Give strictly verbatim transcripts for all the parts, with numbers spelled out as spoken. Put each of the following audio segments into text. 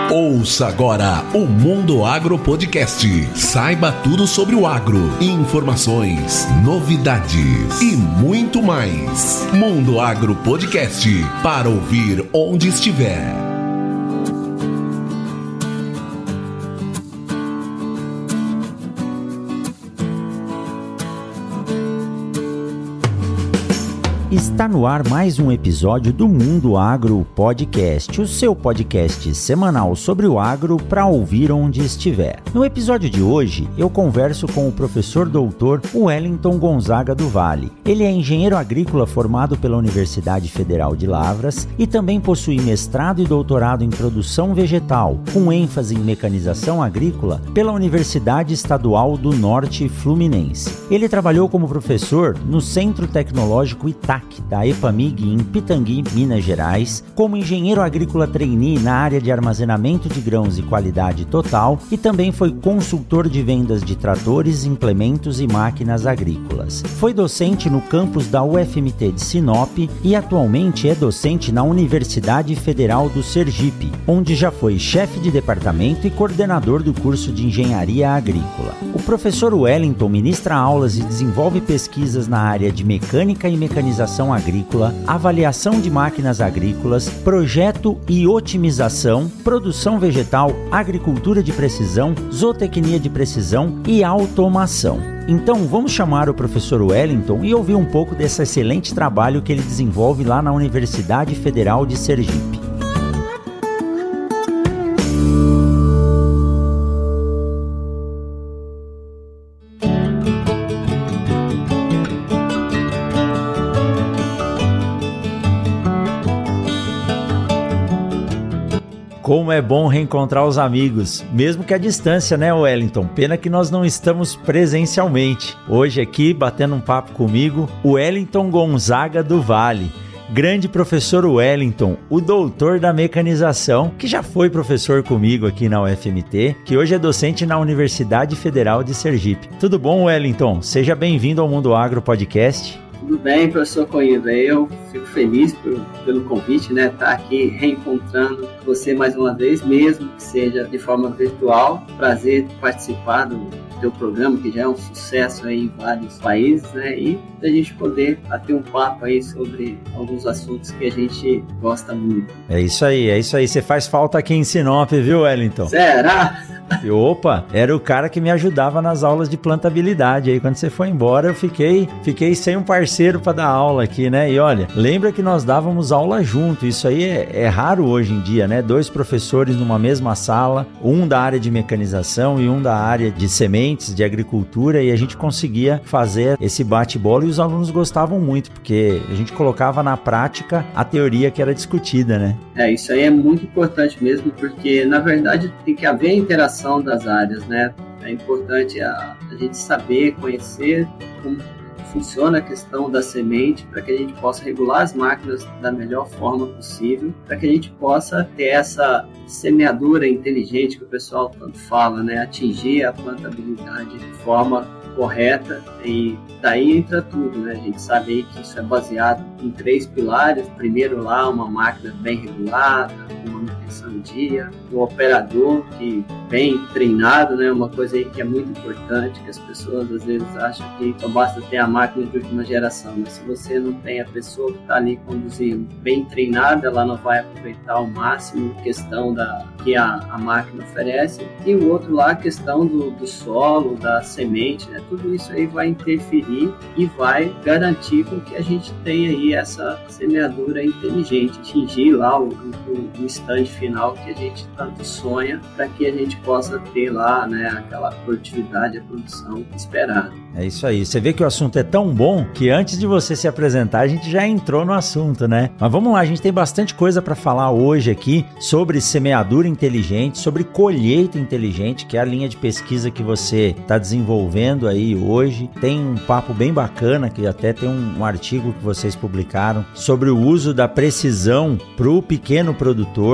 Ouça agora o Mundo Agro Podcast. Saiba tudo sobre o agro, informações, novidades e muito mais. Mundo Agro Podcast, para ouvir onde estiver. Está no ar mais um episódio do Mundo Agro Podcast, o seu podcast semanal sobre o agro para ouvir onde estiver. No episódio de hoje, eu converso com o professor doutor Wellington Gonzaga do Vale. Ele é engenheiro agrícola formado pela Universidade Federal de Lavras e também possui mestrado e doutorado em produção vegetal, com ênfase em mecanização agrícola, pela Universidade Estadual do Norte Fluminense. Ele trabalhou como professor no Centro Tecnológico Itac, da EPAMIG em Pitangui, Minas Gerais, como engenheiro agrícola trainee na área de armazenamento de grãos e qualidade total, e também foi consultor de vendas de tratores, implementos e máquinas agrícolas. Foi docente no campus da U F M T de Sinop e atualmente é docente na Universidade Federal do Sergipe, onde já foi chefe de departamento e coordenador do curso de engenharia agrícola. O professor Wellington ministra aulas e desenvolve pesquisas na área de mecânica e mecanização agrícola, avaliação de máquinas agrícolas, projeto e otimização, produção vegetal, agricultura de precisão, zootecnia de precisão e automação. Então vamos chamar o professor Wellington e ouvir um pouco desse excelente trabalho que ele desenvolve lá na Universidade Federal de Sergipe. Como é bom reencontrar os amigos, mesmo que à distância, né, Wellington? Pena que nós não estamos presencialmente. Hoje aqui, batendo um papo comigo, o Wellington Gonzaga do Vale. Grande professor Wellington, o doutor da mecanização, que já foi professor comigo aqui na U F M T, que hoje é docente na Universidade Federal de Sergipe. Tudo bom, Wellington? Seja bem-vindo ao Mundo Agro Podcast. Tudo bem, professor Coimbra? Eu fico feliz por, pelo convite, né? Estar aqui reencontrando você mais uma vez, mesmo que seja de forma virtual. Prazer participar do teu programa, que já é um sucesso aí em vários países, né? E a gente poder bater um papo aí sobre alguns assuntos que a gente gosta muito. É isso aí, é isso aí. Você faz falta aqui em Sinop, viu, Wellington? Será? E, opa, era o cara que me ajudava nas aulas de plantabilidade. Aí quando você foi embora, eu fiquei, fiquei sem um parceiro para dar aula aqui, né? E olha, lembra que nós dávamos aula junto. Isso aí é, é raro hoje em dia, né? Dois professores numa mesma sala, um da área de mecanização e um da área de sementes, de agricultura, e a gente conseguia fazer esse bate-bola e os alunos gostavam muito, porque a gente colocava na prática a teoria que era discutida, né? É, isso aí é muito importante mesmo, porque na verdade tem que haver interação das áreas, né? É importante a, a gente saber, conhecer como funciona a questão da semente, para que a gente possa regular as máquinas da melhor forma possível, para que a gente possa ter essa semeadura inteligente que o pessoal tanto fala, né? Atingir a plantabilidade de forma correta, e daí entra tudo, né? A gente sabe aí que isso é baseado em três pilares. Primeiro lá, uma máquina bem regulada, com manutenção em dia, um operador que bem treinado, né? Uma coisa aí que é muito importante, que as pessoas às vezes acham que só basta ter a máquina de última geração, mas se você não tem a pessoa que está ali conduzindo bem treinada, ela não vai aproveitar ao máximo a questão da, que a, a máquina oferece. E o outro lá, a questão do, do solo, da semente, né? Tudo isso aí vai interferir e vai garantir com que a gente tenha aí essa semeadura inteligente, atingir lá o, o, o stand final que a gente tanto sonha, para que a gente possa ter lá, né, aquela produtividade, a produção esperada. É isso aí. Você vê que o assunto é tão bom que antes de você se apresentar, a gente já entrou no assunto, né? Mas vamos lá, a gente tem bastante coisa para falar hoje aqui sobre semeadura inteligente, sobre colheita inteligente, que é a linha de pesquisa que você está desenvolvendo aí hoje. Tem um papo bem bacana, que até tem um, um artigo que vocês publicaram sobre o uso da precisão para o pequeno produtor.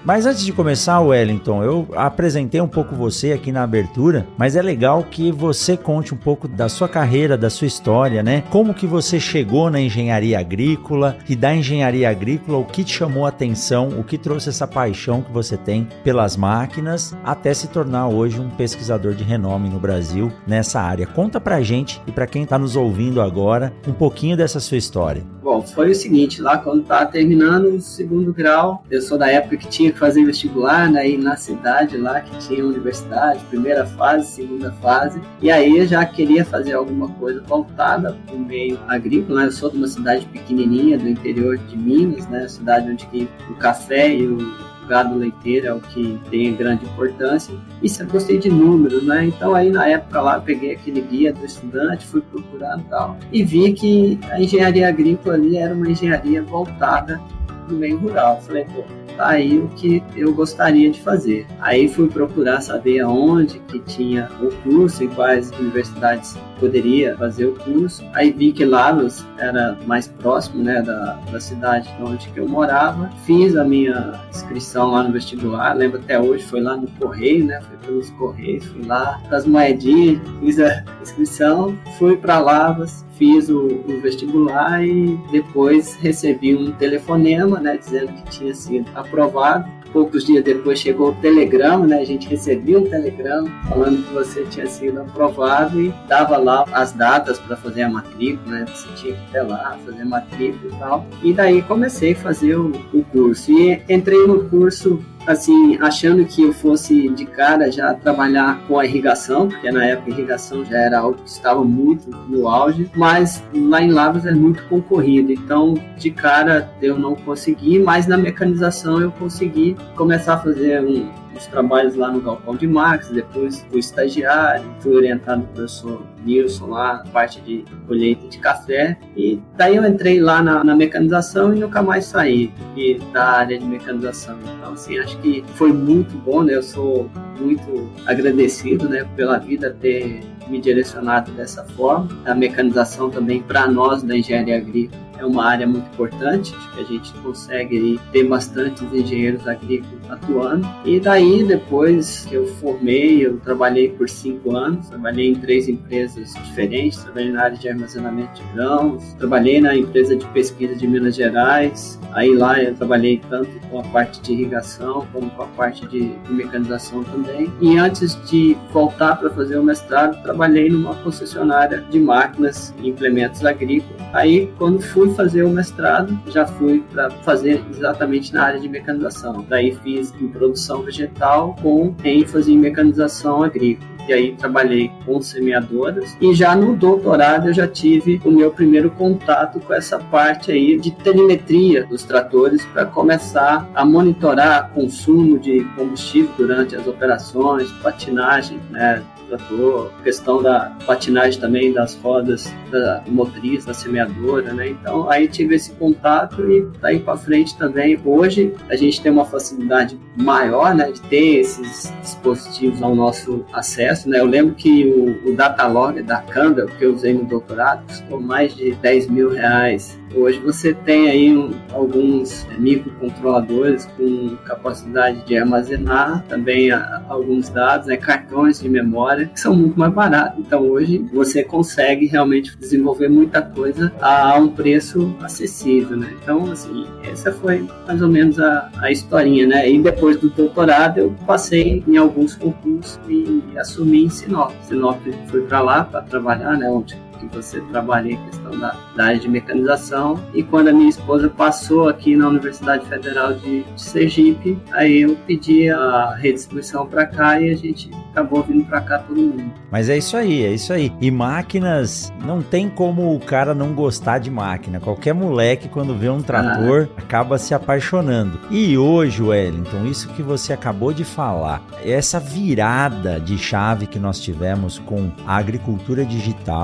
Mas antes de começar, Wellington, eu apresentei um pouco você aqui na abertura, mas é legal que você conte um pouco da sua carreira, da sua história, né? Como que você chegou na engenharia agrícola e da engenharia agrícola, o que te chamou a atenção, o que trouxe essa paixão que você tem pelas máquinas, até se tornar hoje um pesquisador de renome no Brasil nessa área. Conta pra gente e pra quem tá nos ouvindo agora um pouquinho dessa sua história. Bom, foi o seguinte, lá quando estava terminando o segundo grau, eu sou da época que tinha que fazer vestibular, né, e na cidade lá que tinha universidade, primeira fase, segunda fase, e aí eu já queria fazer alguma coisa voltada para o meio agrícola, né? Eu sou de uma cidade pequenininha do interior de Minas, né, cidade onde o café e o O gado leiteiro é o que tem grande importância, e sempre gostei de números, né? Então aí na época lá eu peguei aquele guia do estudante, fui procurar e tal, e vi que a engenharia agrícola ali era uma engenharia voltada para o meio rural. Falei, pô, tá aí o que eu gostaria de fazer. Aí fui procurar saber aonde que tinha o curso, em quais universidades poderia fazer o curso. Aí vi que Lavras era mais próximo, né, da, da cidade onde que eu morava. Fiz a minha inscrição lá no vestibular, lembro até hoje, foi lá no Correio, né, foi pelos Correios, fui lá das moedinhas, fiz a inscrição, fui para Lavras, fiz o, o vestibular e depois recebi um telefonema, né, dizendo que tinha sido aprovado. Poucos dias depois chegou o telegrama, né? A gente recebeu um telegrama falando que você tinha sido aprovado e dava lá as datas para fazer a matrícula, né? Você tinha que ir lá, fazer a matrícula e tal. E daí comecei a fazer o, o curso. E entrei no curso assim, achando que eu fosse de cara já trabalhar com a irrigação, porque na época a irrigação já era algo que estava muito no auge, mas lá em Lavras é muito concorrido, então de cara eu não consegui, mas na mecanização eu consegui começar a fazer um, uns trabalhos lá no galpão de máquinas, depois fui estagiário, fui orientado pelo professor Nilson lá, na parte de colheita de café, e daí eu entrei lá na, na mecanização e nunca mais saí e, da área de mecanização. Então, assim, acho que foi muito bom, né? Eu sou muito agradecido, né, pela vida ter me direcionado dessa forma. A mecanização também, para nós da engenharia agrícola, é uma área muito importante, que a gente consegue aí, ter bastantes engenheiros agrícolas atuando. E daí, depois que eu formei, eu trabalhei por cinco anos, trabalhei em três empresas diferentes, trabalhei na área de armazenamento de grãos, trabalhei na empresa de pesquisa de Minas Gerais, aí lá eu trabalhei tanto com a parte de irrigação, como com a parte de, de mecanização também. E antes de voltar para fazer o mestrado, trabalhei numa concessionária de máquinas e implementos agrícolas. Aí, quando fui fazer o mestrado, já fui para fazer exatamente na área de mecanização. Daí fiz em produção vegetal com ênfase em mecanização agrícola. E aí trabalhei com semeadoras, e já no doutorado eu já tive o meu primeiro contato com essa parte aí de telemetria dos tratores para começar a monitorar consumo de combustível durante as operações, patinagem, né, trator, questão da patinagem também das rodas da motriz, da semeadora, né? Então aí tive esse contato e daí para frente também. Hoje a gente tem uma facilidade maior, né, de ter esses dispositivos ao nosso acesso, né? Eu lembro que o, o Datalog da Campbell, que eu usei no doutorado, custou mais de dez mil reais. Hoje você tem aí um, alguns microcontroladores com capacidade de armazenar também a, alguns dados, né, cartões de memória, que são muito mais baratos. Então hoje você consegue realmente desenvolver muita coisa a, a um preço acessível, né? Então, assim, essa foi mais ou menos a, a historinha, né? E depois do doutorado eu passei em alguns concursos e assumi em Sinop. Sinop fui para lá para trabalhar, né, onde que você trabalha em questão da, da área de mecanização, e quando a minha esposa passou aqui na Universidade Federal de, de Sergipe, aí eu pedi a redistribuição para cá e a gente acabou vindo para cá todo mundo. Mas é isso aí, é isso aí. E máquinas, não tem como o cara não gostar de máquina. Qualquer moleque, quando vê um trator, ah. acaba se apaixonando. E hoje, Wellington, isso que você acabou de falar, essa virada de chave que nós tivemos com a agricultura digital, com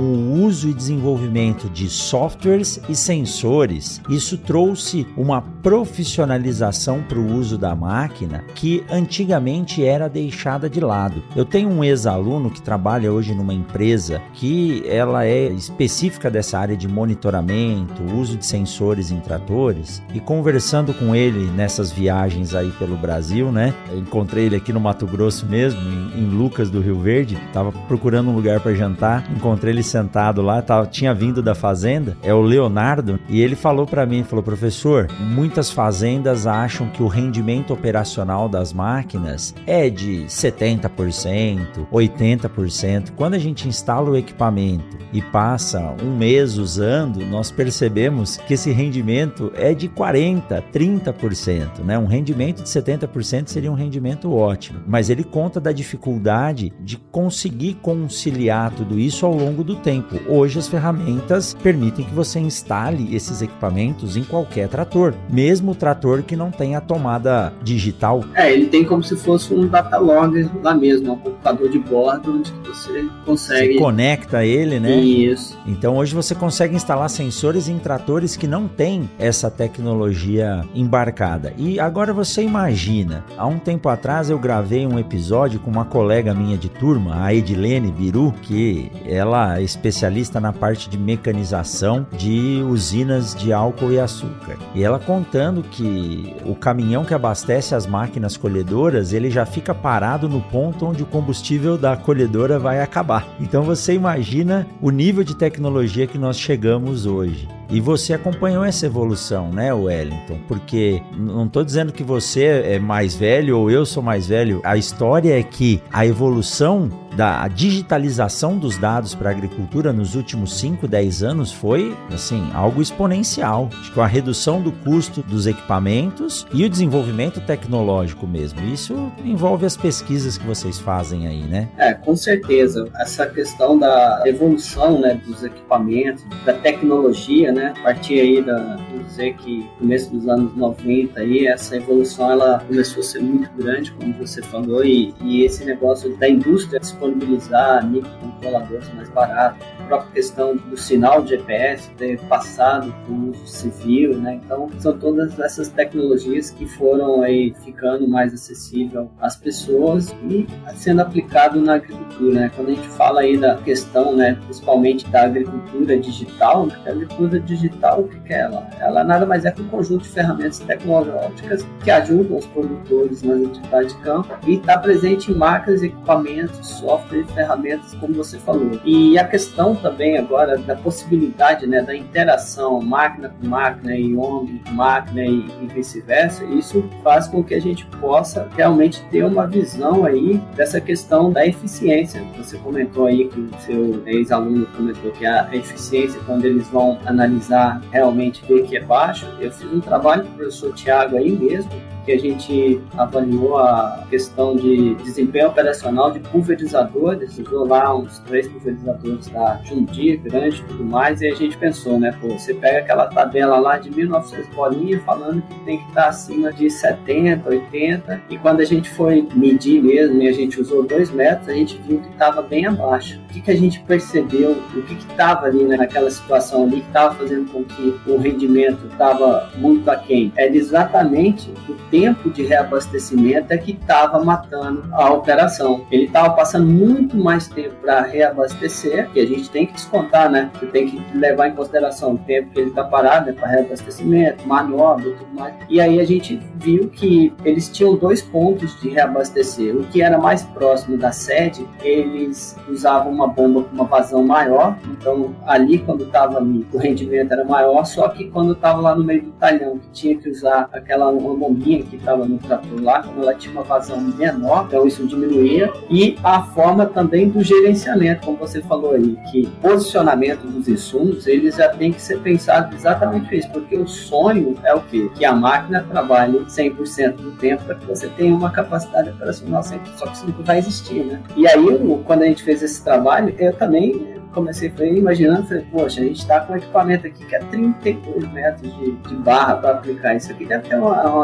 o uso e desenvolvimento de softwares e sensores, isso trouxe uma profissionalização para o uso da máquina que antigamente era deixada de lado. Eu tenho um ex-aluno que trabalha hoje numa empresa que ela é específica dessa área de monitoramento, uso de sensores em tratores, e conversando com ele nessas viagens aí pelo Brasil, né? Eu encontrei ele aqui no Mato Grosso mesmo, em, em Lucas do Rio Verde, tava procurando um lugar para jantar, encontrei ele sentado lá, tava, tinha vindo da fazenda, é o Leonardo, e ele falou para mim, falou: professor, muitas fazendas acham que o rendimento operacional das máquinas é de setenta por cento, oitenta por cento. Quando a gente instala o equipamento e passa um mês usando, nós percebemos que esse rendimento é de quarenta por cento, trinta por cento, né? Um rendimento de setenta por cento seria um rendimento ótimo, mas ele conta da dificuldade de conseguir conciliar tudo isso ao longo do tempo. Hoje as ferramentas permitem que você instale esses equipamentos em qualquer trator, mesmo o trator que não tenha a tomada digital. É, ele tem como se fosse um data logger lá mesmo, um computador de bordo onde você consegue... Você conecta ele, né? Isso. Então hoje você consegue instalar sensores em tratores que não têm essa tecnologia embarcada. E agora você imagina, há um tempo atrás eu gravei um episódio com uma colega minha de turma, a Edilene Biru, que ela é especialista na parte de mecanização de usinas de álcool e açúcar. E ela contando que o caminhão que abastece as máquinas colhedoras, ele já fica parado no ponto onde o combustível da colhedora vai acabar. Então você imagina o nível de tecnologia que nós chegamos hoje. E você acompanhou essa evolução, né, Wellington? Porque não estou dizendo que você é mais velho ou eu sou mais velho. A história é que a evolução da digitalização dos dados para a agricultura nos últimos cinco, dez anos foi, assim, algo exponencial. Acho que a redução do custo dos equipamentos e o desenvolvimento tecnológico mesmo. Isso envolve as pesquisas que vocês fazem aí, né? É, com certeza. Essa questão da evolução, né, dos equipamentos, da tecnologia, né, a partir aí da, vamos dizer que no começo dos anos noventa aí, essa evolução ela começou a ser muito grande, como você falou, e, e esse negócio da indústria disponibilizar microcontroladores mais baratos, a própria questão do sinal de G P S ter passado para o uso civil, né? Então são todas essas tecnologias que foram aí ficando mais acessível às pessoas e sendo aplicado na agricultura, né? Quando a gente fala aí da questão, né, principalmente da agricultura digital, a agricultura digital, o que é ela? Ela nada mais é que um conjunto de ferramentas tecnológicas que ajudam os produtores nas atividades de campo e está presente em máquinas, equipamentos, software e ferramentas, como você falou. E a questão também agora da possibilidade, né, da interação máquina com máquina e homem com máquina e, e vice-versa, isso faz com que a gente possa realmente ter uma visão aí dessa questão da eficiência. Você comentou aí que o seu ex-aluno comentou que a eficiência, quando eles vão analisar, realmente ver que é baixo. Eu fiz um trabalho com o professor Tiago aí mesmo, que a gente avaliou a questão de desempenho operacional de pulverizadores, usou lá uns três pulverizadores da Jundia, grande e tudo mais, e a gente pensou, né, pô, você pega aquela tabela lá de mil e novecentos bolinhas falando que tem que estar acima de setenta, oitenta, e quando a gente foi medir mesmo, e a gente usou dois metros, a gente viu que estava bem abaixo. O que, que a gente percebeu, o que estava ali, né, naquela situação ali, que estava fazendo com que o rendimento estava muito aquém? Era exatamente o tempo de reabastecimento é que estava matando a operação. Ele estava passando muito mais tempo para reabastecer, que a gente tem que descontar, né? Você tem que levar em consideração o tempo que ele está parado, né, para reabastecimento, manobra e tudo mais. E aí a gente viu que eles tinham dois pontos de reabastecer. O que era mais próximo da sede, eles usavam uma bomba com uma vazão maior, então ali quando estava ali o rendimento era maior, só que quando estava lá no meio do talhão, que tinha que usar aquela uma bombinha que estava no trator lá, como ela tinha uma vazão menor, então isso diminuía. E a forma também do gerenciamento, como você falou aí, que posicionamento dos insumos, eles já tem que ser pensado exatamente isso, porque o sonho é o quê? Que a máquina trabalhe cem por cento do tempo para que você tenha uma capacidade operacional cem por cento, só que isso não vai existir, né? E aí, quando a gente fez esse trabalho, eu também comecei falei, imaginando, falei, poxa, a gente está com um equipamento aqui que é trinta e dois metros de, de barra para aplicar, isso aqui deve ter uma, uma eficiência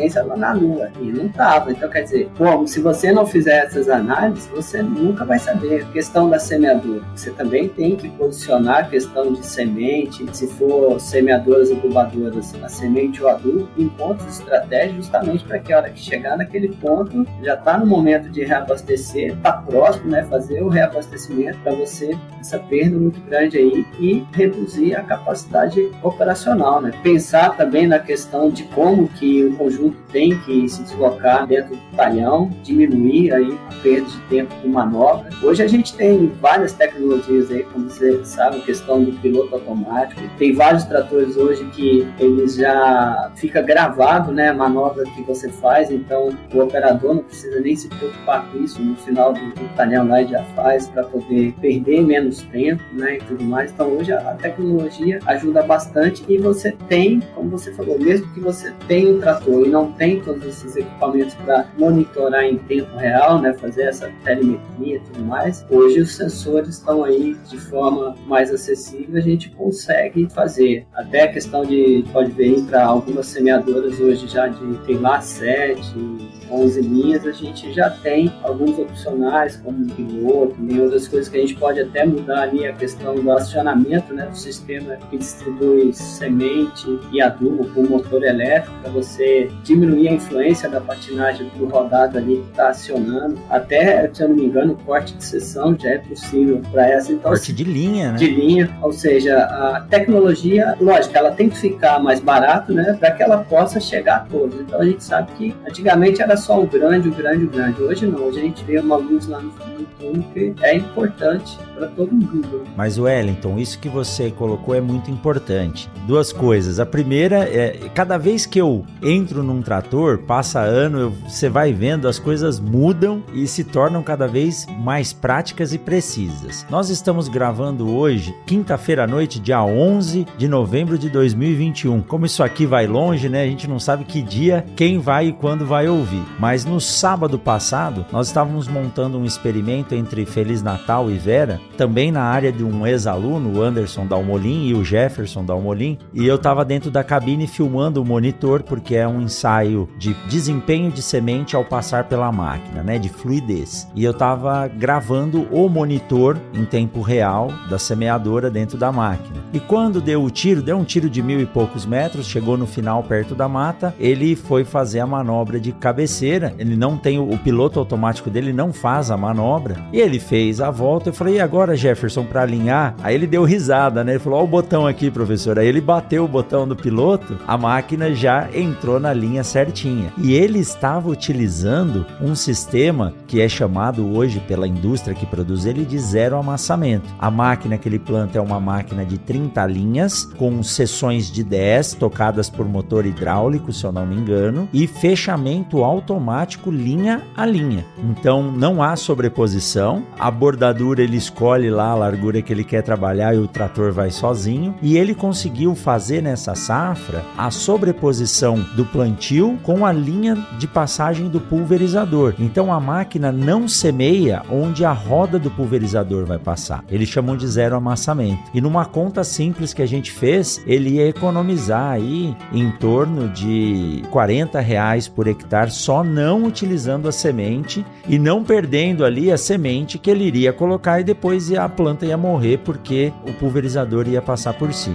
eficiência lá na Lua, e não estava. Então, quer dizer, bom, se você não fizer essas análises, você nunca vai saber. A questão da semeadura, você também tem que posicionar a questão de semente, se for semeadoras adubadoras, a semente ou adubo, em pontos estratégicos, justamente para que a hora que chegar naquele ponto, já está no momento de reabastecer, está próximo, né, fazer o reabastecimento para você, essa perda muito grande aí, e reduzir a capacidade operacional, né? Pensar também na questão de como que o conjunto tem que se deslocar dentro do talhão, diminuir aí a perda de tempo de manobra. Hoje a gente tem várias tecnologias aí, como você sabe, a questão do piloto automático. Tem vários tratores hoje que eles já fica gravado, né, a manobra que você faz, então o operador não precisa nem se preocupar com isso, no final do, do talhão lá ele já faz para poder perder menos tempo, né, e tudo mais. Então hoje a, a tecnologia ajuda bastante e você tem, como você falou, mesmo que você tenha um trator e não tem todos esses equipamentos para monitorar em tempo real, né, fazer essa telemetria e tudo mais, hoje os sensores estão aí de forma mais acessível, a gente consegue fazer. Até a questão de, pode ver para algumas semeadoras hoje já de tem lá sete, onze linhas, a gente já tem alguns opcionais, como piloto, e outras coisas que a gente pode até mudar ali a questão do acionamento, né, do sistema que distribui semente e adubo por motor elétrico, para você diminuir a influência da patinagem do rodado ali que está acionando. Até, se eu não me engano, o corte de seção já é possível para essa. Então, corte de linha, né? De linha, ou seja, a tecnologia, lógico, ela tem que ficar mais barato, né, para que ela possa chegar a todos. Então a gente sabe que antigamente era só o grande, o grande, o grande. Hoje não, hoje a gente vê uma luz lá no fundo do túnel que é importante para todo mundo. Mas, Wellington, isso que você colocou é muito importante. Duas coisas. A primeira é, cada vez que eu entro num trator, passa ano, eu, você vai vendo, as coisas mudam e se tornam cada vez mais práticas e precisas. Nós estamos gravando hoje, quinta-feira à noite, dia onze de novembro de dois mil e vinte e um. Como isso aqui vai longe, né? A gente não sabe que dia, quem vai e quando vai ouvir. Mas no sábado passado, nós estávamos montando um experimento entre Feliz Natal e Vera, também na área de um ex-aluno, o Anderson Dalmolin e o Jefferson Dalmolin, e eu estava dentro da cabine filmando o monitor, porque é um ensaio de desempenho de semente ao passar pela máquina, né? De fluidez. E eu estava gravando o monitor em tempo real da semeadora dentro da máquina. E quando deu o tiro, deu um tiro de mil e poucos metros, chegou no final perto da mata, ele foi fazer a manobra de cabeceira, ele não tem, o, o piloto automático dele não faz a manobra, e ele fez a volta. Eu falei, e agora, Jefferson, para alinhar? Aí ele deu risada, né? Ele falou, ó o botão aqui, professor. Aí ele bateu o botão do piloto, a máquina já entrou na linha certinha. E ele estava utilizando um sistema que é chamado hoje pela indústria que produz ele de zero amassamento. A máquina que ele planta é uma máquina de trinta linhas, com seções de dez, tocadas por motor hidráulico, se eu não me engano, e fechamento automático linha a linha. Então não há sobreposição, a bordadura ele escolhe lá a largura que ele quer trabalhar e o trator vai sozinho, e ele conseguiu fazer nessa safra a sobreposição do plantio com a linha de passagem do pulverizador. Então a máquina não semeia onde a roda do pulverizador vai passar. Eles chamam de zero amassamento. E numa conta simples que a gente fez, ele ia economizar aí em torno de quarenta reais por hectare, só não utilizando a semente e não perdendo ali a semente que ele iria colocar, e depois a planta ia morrer porque o pulverizador ia passar por cima.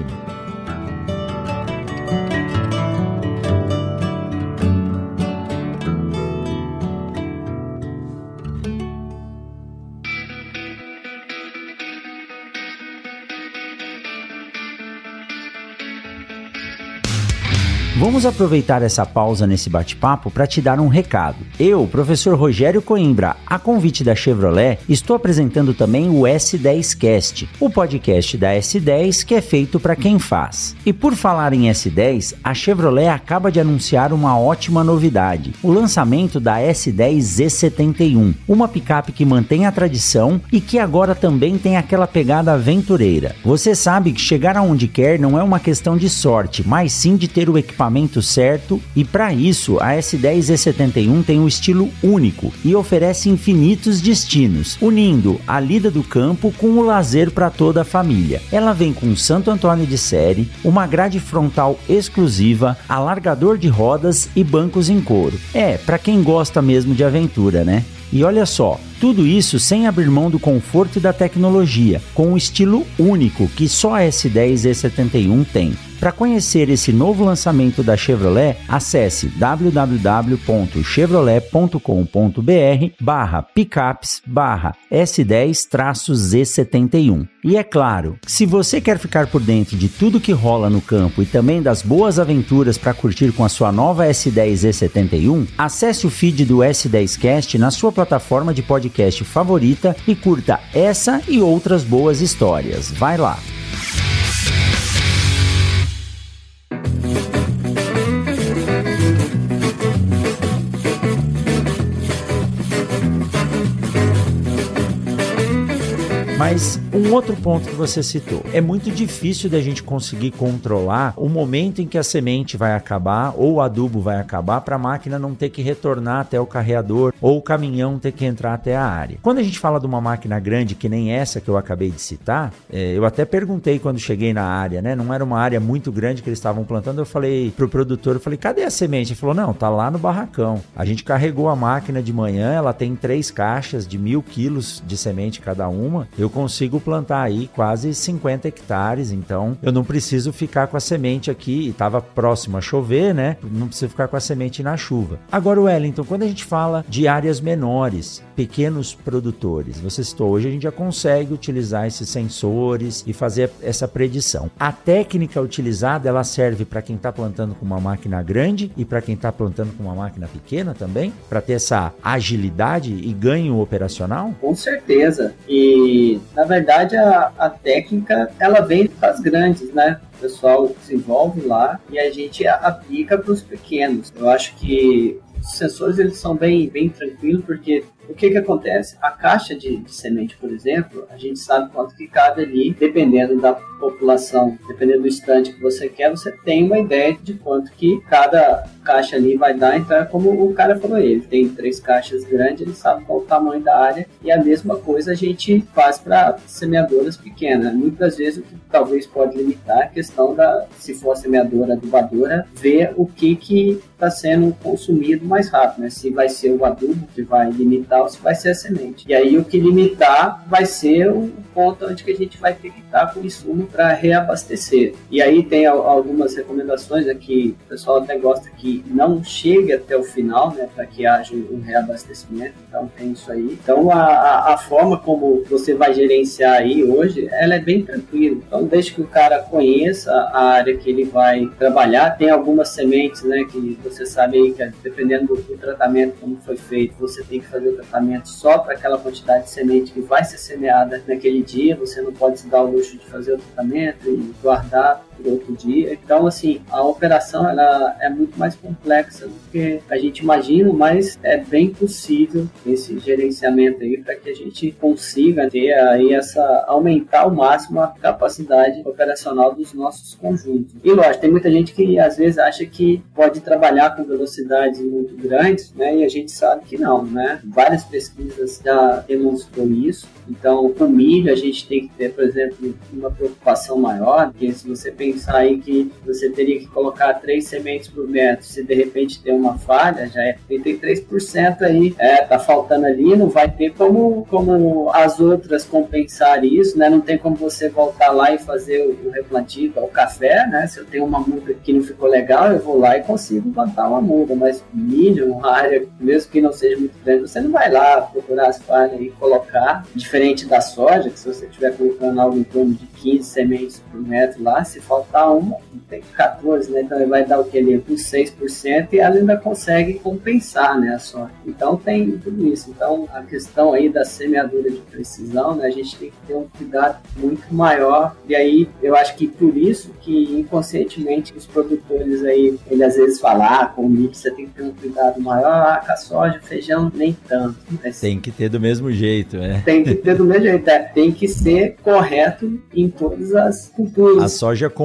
Vamos aproveitar essa pausa nesse bate-papo para te dar um recado. Eu, professor Rogério Coimbra, a convite da Chevrolet, estou apresentando também o S dez Cast, o podcast da S dez que é feito para quem faz. E por falar em S dez, a Chevrolet acaba de anunciar uma ótima novidade, o lançamento da S dez Z setenta e um, uma picape que mantém a tradição e que agora também tem aquela pegada aventureira. Você sabe que chegar aonde quer não é uma questão de sorte, mas sim de ter o equipamento equipamento certo e para isso a S dez E setenta e um tem um estilo único e oferece infinitos destinos, unindo a lida do campo com o lazer para toda a família. Ela vem com um Santo Antônio de série, uma grade frontal exclusiva, alargador de rodas e bancos em couro. É, para quem gosta mesmo de aventura, né? E olha só, tudo isso sem abrir mão do conforto e da tecnologia, com um estilo único que só a S dez E setenta e um tem. Para conhecer esse novo lançamento da Chevrolet, acesse w w w ponto chevrolet ponto com ponto b r barra picapes barra S dez Z setenta e um. E é claro, se você quer ficar por dentro de tudo que rola no campo e também das boas aventuras para curtir com a sua nova S dez E setenta e um, acesse o feed do S dez Cast na sua plataforma de podcast favorita e curta essa e outras boas histórias. Vai lá! Mas um outro ponto que você citou, é muito difícil da gente conseguir controlar o momento em que a semente vai acabar ou o adubo vai acabar para a máquina não ter que retornar até o carreador ou o caminhão ter que entrar até a área. Quando a gente fala de uma máquina grande que nem essa que eu acabei de citar, é, eu até perguntei quando cheguei na área, né? Não era uma área muito grande que eles estavam plantando, eu falei pro produtor, eu falei, cadê a semente? Ele falou, não, tá lá no barracão. A gente carregou a máquina de manhã, ela tem três caixas de mil quilos de semente cada uma, eu consigo plantar aí quase cinquenta hectares, então eu não preciso ficar com a semente aqui, estava próximo a chover, né? Não preciso ficar com a semente na chuva. Agora, Wellington, quando a gente fala de áreas menores, pequenos produtores, você citou, hoje a gente já consegue utilizar esses sensores e fazer essa predição. A técnica utilizada, ela serve para quem está plantando com uma máquina grande e para quem está plantando com uma máquina pequena também, para ter essa agilidade e ganho operacional? Com certeza. E na verdade a, a técnica ela vem das grandes, né? O pessoal desenvolve lá e a gente aplica para os pequenos. Eu acho que os sensores eles são bem, bem tranquilos, porque o que que acontece? A caixa de, de semente, por exemplo, a gente sabe quanto que cabe ali, dependendo da população, dependendo do estande que você quer, você tem uma ideia de quanto que cada caixa ali vai dar. Então, é como o cara falou, ele tem três caixas grandes, ele sabe qual o tamanho da área, e a mesma coisa a gente faz para semeadoras pequenas. Muitas vezes o que talvez pode limitar a questão da, se for a semeadora adubadora, ver o que que está sendo consumido mais rápido, né? Se vai ser o adubo que vai limitar ou se vai ser a semente. E aí o que limitar vai ser o ponto onde que a gente vai ter que estar com o insumo para reabastecer. E aí tem algumas recomendações aqui, o pessoal até gosta que não chegue até o final, né, para que haja um reabastecimento, então tem isso aí. Então a, a, a forma como você vai gerenciar aí hoje, ela é bem tranquila. Então desde que o cara conheça a área que ele vai trabalhar, tem algumas sementes, né, que você sabe aí que dependendo do, do tratamento como foi feito, você tem que fazer o tratamento só para aquela quantidade de semente que vai ser semeada naquele dia, você não pode se dar o luxo de fazer o tratamento e guardar por outro dia. Então, assim, a operação ela é muito mais complexa do que a gente imagina, mas é bem possível esse gerenciamento aí para que a gente consiga ter aí essa, aumentar ao máximo a capacidade operacional dos nossos conjuntos. E lógico, tem muita gente que às vezes acha que pode trabalhar com velocidades muito grandes, né? E a gente sabe que não, né? Várias pesquisas já demonstrou isso. Então, com milho, a gente tem que ter, por exemplo, uma preocupação maior, porque se você pensar aí que você teria que colocar três sementes por metro, se de repente tem uma falha, já é trinta e três por cento aí, é, tá faltando ali, não vai ter como, como as outras compensar isso, né? Não tem como você voltar lá e fazer o, o replantio, o café, né? Se eu tenho uma muda que não ficou legal, eu vou lá e consigo plantar uma muda, mas milho, uma área, mesmo que não seja muito grande, você não vai lá procurar as falhas e colocar, diferente da soja, que se você estiver colocando algo em torno de quinze sementes por metro lá, se faltar uma, tem quatorze, né? Então ele vai dar o que ali? Com seis por cento e ela ainda consegue compensar, né, a soja. Então tem tudo isso. Então a questão aí da semeadura de precisão, né, a gente tem que ter um cuidado muito maior. E aí eu acho que por isso que inconscientemente os produtores aí, ele às vezes falam, ah, com o milho você tem que ter um cuidado maior, ah, com a soja, feijão, nem tanto. Mas tem que ter do mesmo jeito, é. Tem que ter do mesmo jeito, é. Tem que ser correto em todas as culturas. A soja com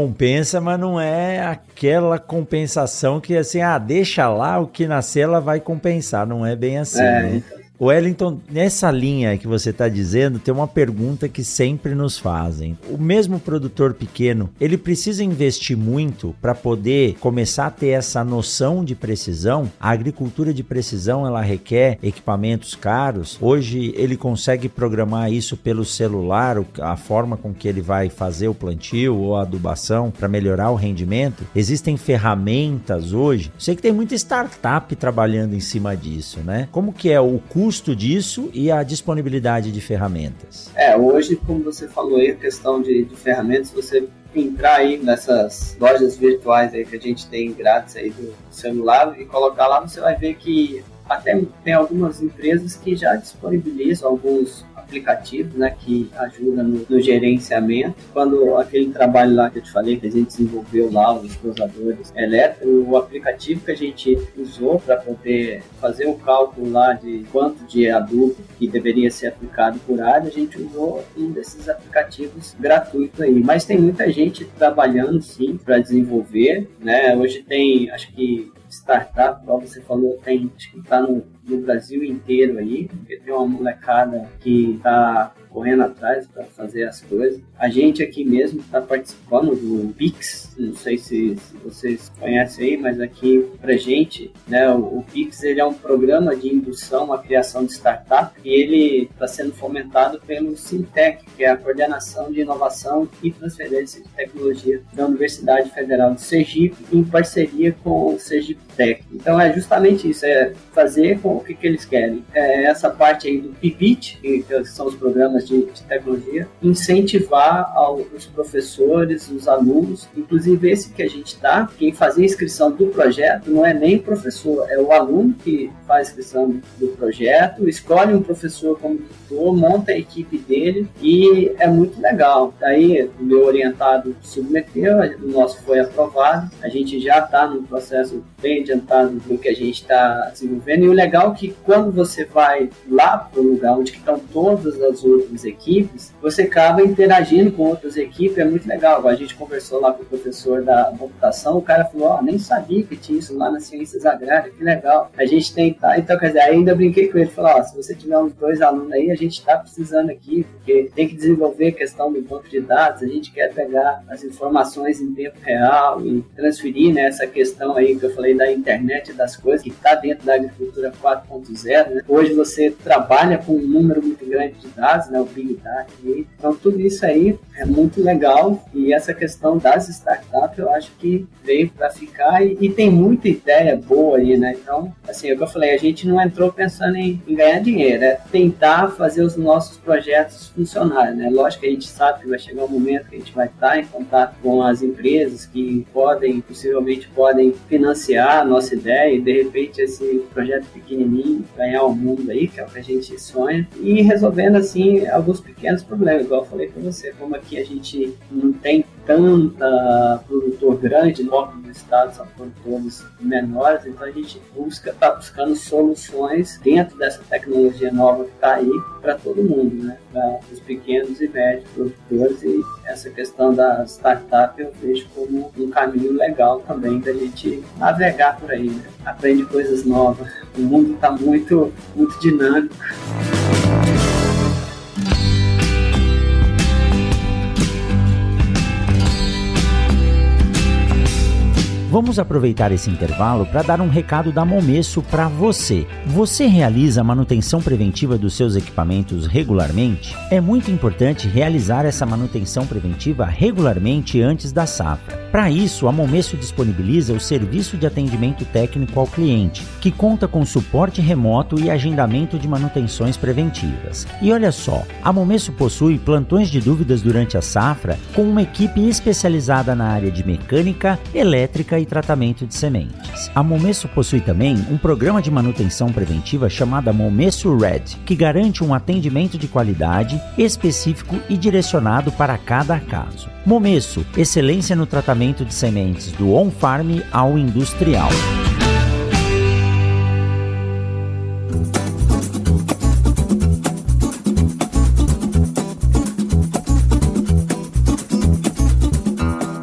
compensa, mas não é aquela compensação que assim, ah, deixa lá, o que nascer ela vai compensar. Não é bem assim, é, né? então. Wellington, nessa linha que você está dizendo, tem uma pergunta que sempre nos fazem. O mesmo produtor pequeno, ele precisa investir muito para poder começar a ter essa noção de precisão? A agricultura de precisão, ela requer equipamentos caros. Hoje ele consegue programar isso pelo celular, a forma com que ele vai fazer o plantio ou a adubação para melhorar o rendimento. Existem ferramentas hoje. Sei que tem muita startup trabalhando em cima disso, né? Como que é o custo custo disso e a disponibilidade de ferramentas? É, hoje, como você falou aí, a questão de, de ferramentas, você entrar aí nessas lojas virtuais aí que a gente tem grátis aí do celular e colocar lá, você vai ver que até tem algumas empresas que já disponibilizam alguns aplicativos, né, que ajudam no, no gerenciamento. Quando aquele trabalho lá que eu te falei, que a gente desenvolveu lá, os dosadores elétricos, o aplicativo que a gente usou para poder fazer o cálculo lá de quanto de adubo que deveria ser aplicado por área, a gente usou um desses aplicativos gratuitos aí. Mas tem muita gente trabalhando, sim, para desenvolver, né? Hoje tem, acho que startup, como você falou, tem, acho que está no, no Brasil inteiro aí, porque tem uma molecada que está correndo atrás para fazer as coisas. A gente aqui mesmo está participando do Pix, não sei se, se vocês conhecem aí, mas aqui pra gente, né, o, o Pix, ele é um programa de indução à criação de startup e ele está sendo fomentado pelo Sintec, que é a Coordenação de Inovação e Transferência de Tecnologia da Universidade Federal de Sergipe, em parceria com o Sergipe Tech. Então é justamente isso, é fazer com o que, que eles querem. É essa parte aí do P I B I T, que são os programas de, de tecnologia, incentivar ao, os professores, os alunos, inclusive esse que a gente está, quem fazia a inscrição do projeto não é nem o professor, é o aluno que faz a inscrição do projeto, escolhe um professor como tutor, monta a equipe dele e é muito legal. Daí o meu orientado submeteu, o nosso foi aprovado, a gente já está no processo bem adiantado do que a gente está desenvolvendo, e o legal é que quando você vai lá para o lugar onde estão todas as outras equipes, você acaba interagindo com outras equipes, é muito legal. A gente conversou lá com o professor da computação, o cara falou, ó, oh, nem sabia que tinha isso lá nas ciências agrárias, que legal. A gente tem, tá, então quer dizer, ainda brinquei com ele, falou, ó, oh, se você tiver uns dois alunos aí, a gente está precisando aqui, porque tem que desenvolver a questão do banco de dados, a gente quer pegar as informações em tempo real e transferir, né, essa questão aí que eu falei da internet das coisas, que está dentro da agricultura quatro ponto zero, né? Hoje você trabalha com um número muito grande de dados, né, o Big Data. Então tudo isso aí é muito legal, e essa questão das startups eu acho que veio para ficar, e, e tem muita ideia boa aí, né? Então, assim, é o que eu falei, a gente não entrou pensando em, em ganhar dinheiro, é tentar fazer os nossos projetos funcionarem, né? Lógico que a gente sabe que vai chegar um momento que a gente vai estar em contato com as empresas que podem, possivelmente podem financiar a nossa ideia e de repente esse projeto pequenininho ganhar o mundo aí, que é o que a gente sonha, e resolvendo assim alguns pequenos problemas, igual eu falei para você, como aqui a gente não tem tanta produtor grande, no do estado são produtores menores, então a gente busca, está buscando soluções dentro dessa tecnologia nova que está aí para todo mundo, né? Para os pequenos e médios produtores, e essa questão da startup eu vejo como um caminho legal também da gente navegar por aí, né? Aprende coisas novas, o mundo está muito, muito dinâmico. Vamos aproveitar esse intervalo para dar um recado da Momesso para você. Você realiza a manutenção preventiva dos seus equipamentos regularmente? É muito importante realizar essa manutenção preventiva regularmente antes da safra. Para isso, a Momesso disponibiliza o serviço de atendimento técnico ao cliente, que conta com suporte remoto e agendamento de manutenções preventivas. E olha só, a Momesso possui plantões de dúvidas durante a safra com uma equipe especializada na área de mecânica, elétrica e tratamento de sementes. A Momesso possui também um programa de manutenção preventiva chamado Momesso Red, que garante um atendimento de qualidade específico e direcionado para cada caso. Momesso, excelência no tratamento de sementes do on-farm ao industrial.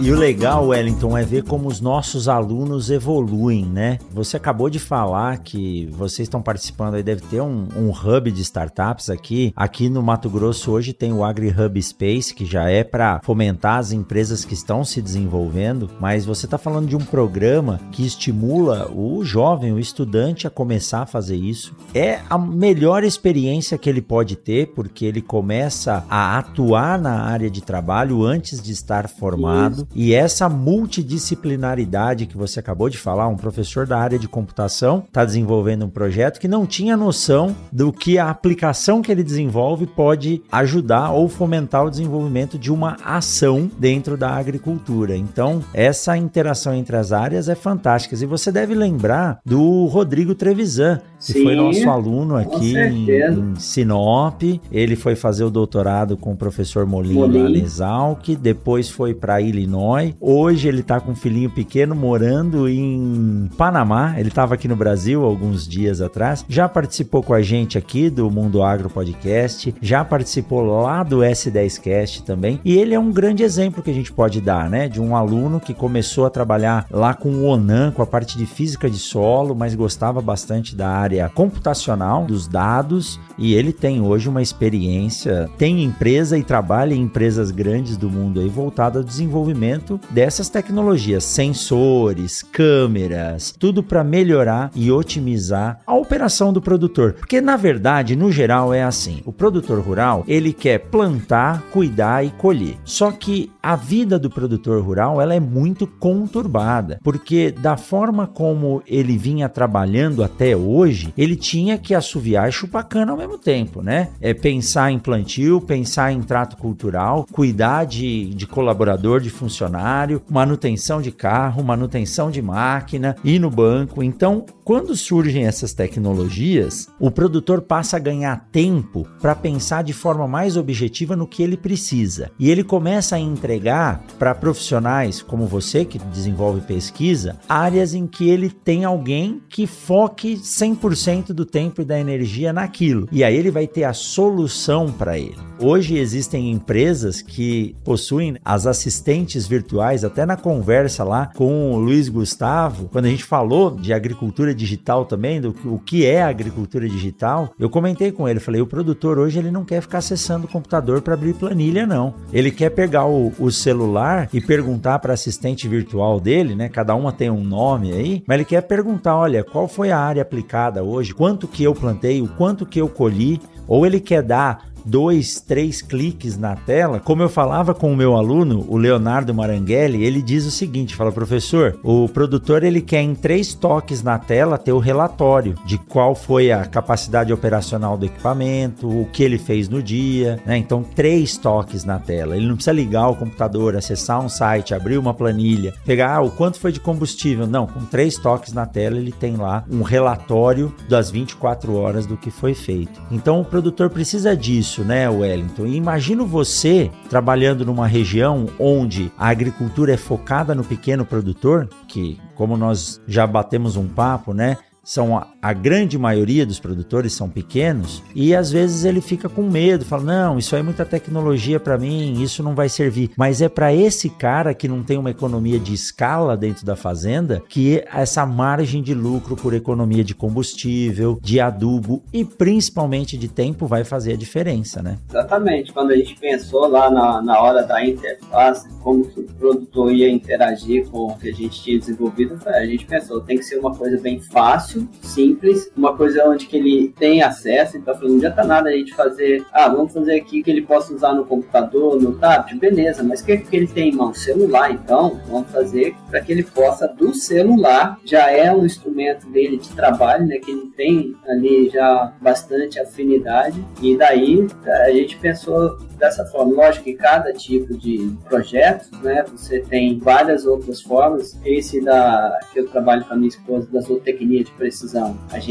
E o legal, Wellington, é ver como os nossos alunos evoluem, né? Você acabou de falar que vocês estão participando aí, deve ter um, um hub de startups aqui. Aqui no Mato Grosso hoje tem o AgriHub Space, que já é para fomentar as empresas que estão se desenvolvendo, mas você está falando de um programa que estimula o jovem, o estudante a começar a fazer isso. É a melhor experiência que ele pode ter, porque ele começa a atuar na área de trabalho antes de estar formado. Isso. E essa multidisciplinaridade que você acabou de falar, um professor da área de computação está desenvolvendo um projeto que não tinha noção do que a aplicação que ele desenvolve pode ajudar ou fomentar o desenvolvimento de uma ação dentro da agricultura. Então, essa interação entre as áreas é fantástica. E você deve lembrar do Rodrigo Trevisan, que Sim, foi nosso aluno aqui em, em Sinop. Ele foi fazer o doutorado com o professor Molina na Exalc, depois foi para Illinois. Hoje ele está com um filhinho pequeno morando em Panamá. Ele estava aqui no Brasil alguns dias atrás. Já participou com a gente aqui do Mundo Agro Podcast, já participou lá do S dez Cast também. E ele é um grande exemplo que a gente pode dar, né? De um aluno que começou a trabalhar lá com o ONAM, com a parte de física de solo, mas gostava bastante da área computacional, dos dados, e ele tem hoje uma experiência, tem empresa e trabalha em empresas grandes do mundo aí voltada ao desenvolvimento dessas tecnologias, sensores, câmeras, tudo para melhorar e otimizar a operação do produtor. Porque na verdade, no geral é assim, o produtor rural, ele quer plantar, cuidar e colher. Só que a vida do produtor rural, ela é muito conturbada, porque da forma como ele vinha trabalhando até hoje, ele tinha que assoviar e chupar cana ao mesmo tempo, né? É pensar em plantio, pensar em trato cultural, cuidar de, de colaborador, de funcionário, manutenção de carro, manutenção de máquina, ir no banco. Então, quando surgem essas tecnologias, o produtor passa a ganhar tempo para pensar de forma mais objetiva no que ele precisa. E ele começa a entregar para profissionais como você, que desenvolve pesquisa, áreas em que ele tem alguém que foque cem por cento do tempo e da energia naquilo. E aí ele vai ter a solução para ele. Hoje existem empresas que possuem as assistentes virtuais, até na conversa lá com o Luiz Gustavo, quando a gente falou de agricultura digital também, do o que é agricultura digital, eu comentei com ele, falei, o produtor hoje ele não quer ficar acessando o computador para abrir planilha, não. Ele quer pegar o, o celular e perguntar para a assistente virtual dele, né? Cada uma tem um nome aí, mas ele quer perguntar, olha, qual foi a área aplicada hoje, quanto que eu plantei, o quanto que eu colhi, ou ele quer dar dois, três cliques na tela. Como eu falava com o meu aluno, o Leonardo Maranghelli, ele diz o seguinte, fala, professor, o produtor ele quer em três toques na tela ter o relatório de qual foi a capacidade operacional do equipamento, o que ele fez no dia, né? Então, três toques na tela. Ele não precisa ligar o computador, acessar um site, abrir uma planilha, pegar ah, o quanto foi de combustível. Não, com três toques na tela ele tem lá um relatório das vinte e quatro horas do que foi feito. Então, o produtor precisa disso, né, Wellington? E imagino você trabalhando numa região onde a agricultura é focada no pequeno produtor, que, como nós já batemos um papo, né, são a, a grande maioria dos produtores são pequenos, e às vezes ele fica com medo, fala, não, isso aí é muita tecnologia para mim, isso não vai servir. Mas é para esse cara que não tem uma economia de escala dentro da fazenda, que essa margem de lucro por economia de combustível, de adubo e principalmente de tempo vai fazer a diferença, né? Exatamente. Quando a gente pensou lá na, na hora da interface, como que o produtor ia interagir com o que a gente tinha desenvolvido, a gente pensou, tem que ser uma coisa bem fácil, simples, uma coisa onde que ele tem acesso. Então não adianta nada a gente fazer, ah, vamos fazer aqui que ele possa usar no computador, no tablet, beleza, mas o que, que ele tem em mão? Celular, então vamos fazer para que ele possa, do celular, já é um instrumento dele de trabalho, né, que ele tem ali já bastante afinidade, e daí a gente pensou dessa forma. Lógico que cada tipo de projeto, né, você tem várias outras formas. Esse da que eu trabalho com a minha esposa, da zootecnia de precisão, a gente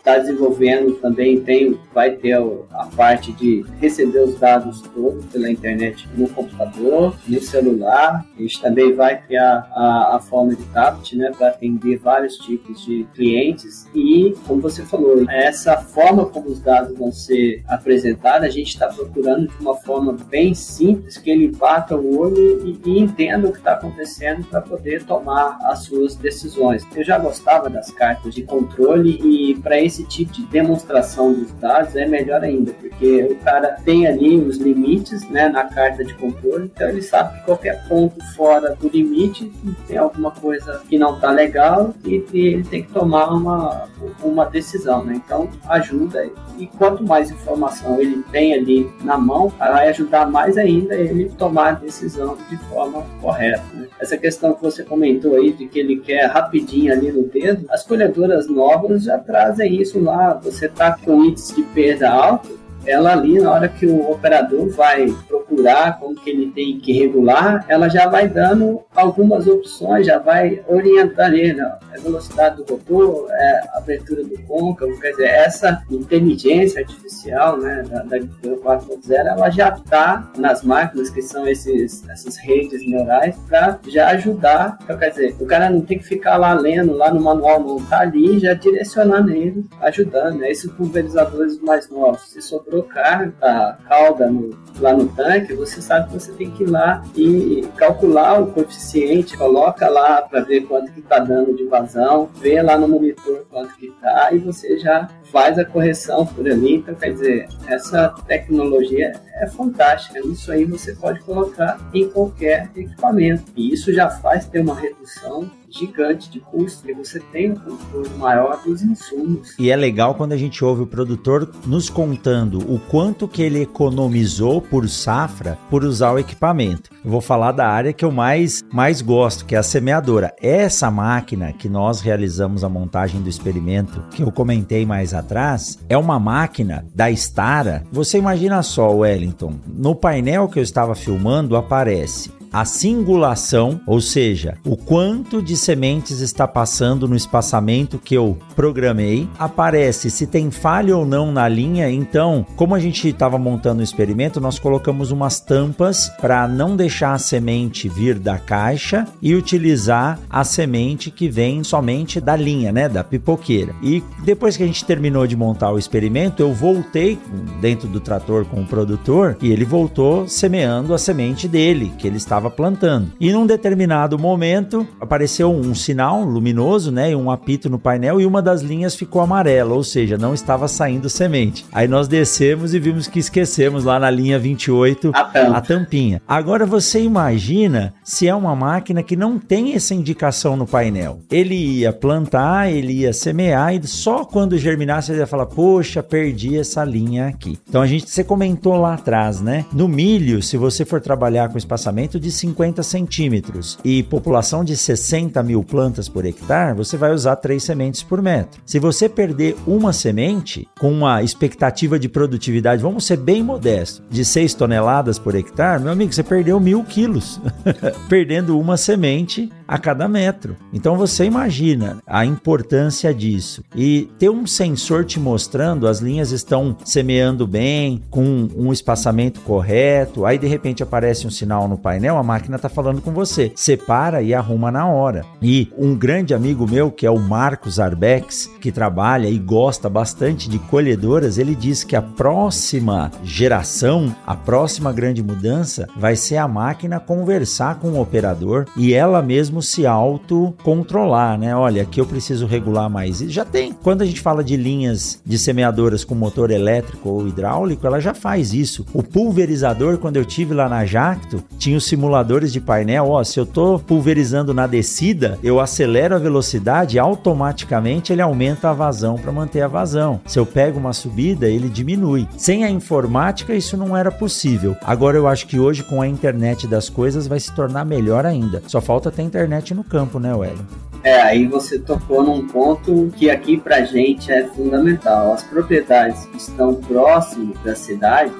está desenvolvendo também, tem, vai ter a parte de receber os dados todos pela internet no computador, no celular. A gente também vai ter a, a, a forma de tablet, né, para atender vários tipos de clientes. E, como você falou, essa forma como os dados vão ser apresentados, a gente está procurando de uma forma bem simples, que ele bata o olho e, e entenda o que está acontecendo para poder tomar as suas decisões. Eu já gostava das cartas de controle e para esse tipo de demonstração dos dados é melhor ainda, porque o cara tem ali os limites, né, na carta de controle, então ele sabe que qualquer ponto fora do limite tem alguma coisa que não está legal e, e ele tem que tomar uma, uma decisão, né? Então ajuda, e quanto mais informação ele tem ali na mão, vai ajudar mais ainda ele tomar a decisão de forma correta, né? Essa questão que você comentou aí de que ele quer rapidinho ali no dedo, as colhedoras novas já trazem isso lá. Você está com índice de perda alto, ela ali, na hora que o operador vai procurar como que ele tem que regular, ela já vai dando algumas opções, já vai orientar ele, né? A velocidade do rotor, é, a abertura do côncavo, quer dizer, essa inteligência artificial, né, da, da quatro ponto zero, ela já está nas máquinas, que são esses, essas redes neurais, para já ajudar. Então, quer dizer, o cara não tem que ficar lá lendo, lá no manual, não, está ali já direcionando ele, ajudando, né? Esses pulverizadores mais novos, se sobrou carga, a calda no, lá no tanque, você sabe que você tem que ir lá e calcular o coeficiente, coloca lá para ver quanto que está dando de vazão, vê lá no monitor quanto que está e você já faz a correção por ali. Então, quer dizer, essa tecnologia é fantástica. Isso aí você pode colocar em qualquer equipamento e isso já faz ter uma redução gigante de custo, porque você tem um controle maior dos insumos. E é legal quando a gente ouve o produtor nos contando o quanto que ele economizou por safra por usar o equipamento. Eu vou falar da área que eu mais, mais gosto, que é a semeadora. Essa máquina que nós realizamos a montagem do experimento, que eu comentei mais atrás, é uma máquina da Stara. Você imagina só, Wellington, no painel que eu estava filmando aparece a singulação, ou seja, o quanto de sementes está passando no espaçamento que eu programei. Aparece se tem falha ou não na linha. Então, como a gente estava montando o experimento, nós colocamos umas tampas para não deixar a semente vir da caixa e utilizar a semente que vem somente da linha, né, da pipoqueira. E depois que a gente terminou de montar o experimento, eu voltei dentro do trator com o produtor e ele voltou semeando a semente dele, que ele estava plantando. E num determinado momento apareceu um sinal luminoso, né, e um apito no painel e uma das linhas ficou amarela, ou seja, não estava saindo semente. Aí nós descemos e vimos que esquecemos lá na linha vinte e oito a, tampa. a tampinha. Agora você imagina se é uma máquina que não tem essa indicação no painel. Ele ia plantar, ele ia semear e só quando germinasse ele ia falar, poxa, perdi essa linha aqui. Então a gente, você comentou lá atrás, né? No milho, se você for trabalhar com espaçamento de cinquenta centímetros e população de sessenta mil plantas por hectare, você vai usar três sementes por metro. Se você perder uma semente com uma expectativa de produtividade, vamos ser bem modestos, de seis toneladas por hectare, meu amigo, você perdeu mil quilos perdendo uma semente a cada metro. Então você imagina a importância disso. E ter um sensor te mostrando as linhas estão semeando bem, com um espaçamento correto, aí de repente aparece um sinal no painel, a máquina está falando com você. Separa e arruma na hora. E um grande amigo meu, que é o Marcos Arbex, que trabalha e gosta bastante de colhedoras, ele diz que a próxima geração, a próxima grande mudança vai ser a máquina conversar com o operador e ela mesmo se autocontrolar, né? Olha, aqui eu preciso regular mais. E já tem. Quando a gente fala de linhas de semeadoras com motor elétrico ou hidráulico, ela já faz isso. O pulverizador, quando eu tive lá na Jacto, tinha os simuladores de painel. Ó, se eu tô pulverizando na descida, eu acelero a velocidade e automaticamente ele aumenta a vazão para manter a vazão. Se eu pego uma subida, ele diminui. Sem a informática, isso não era possível. Agora eu acho que hoje, com a internet das coisas, vai se tornar melhor ainda. Só falta ter internet no campo, né, Wellington? É, aí você tocou num ponto que aqui pra gente é fundamental. As propriedades que estão próximas das cidades,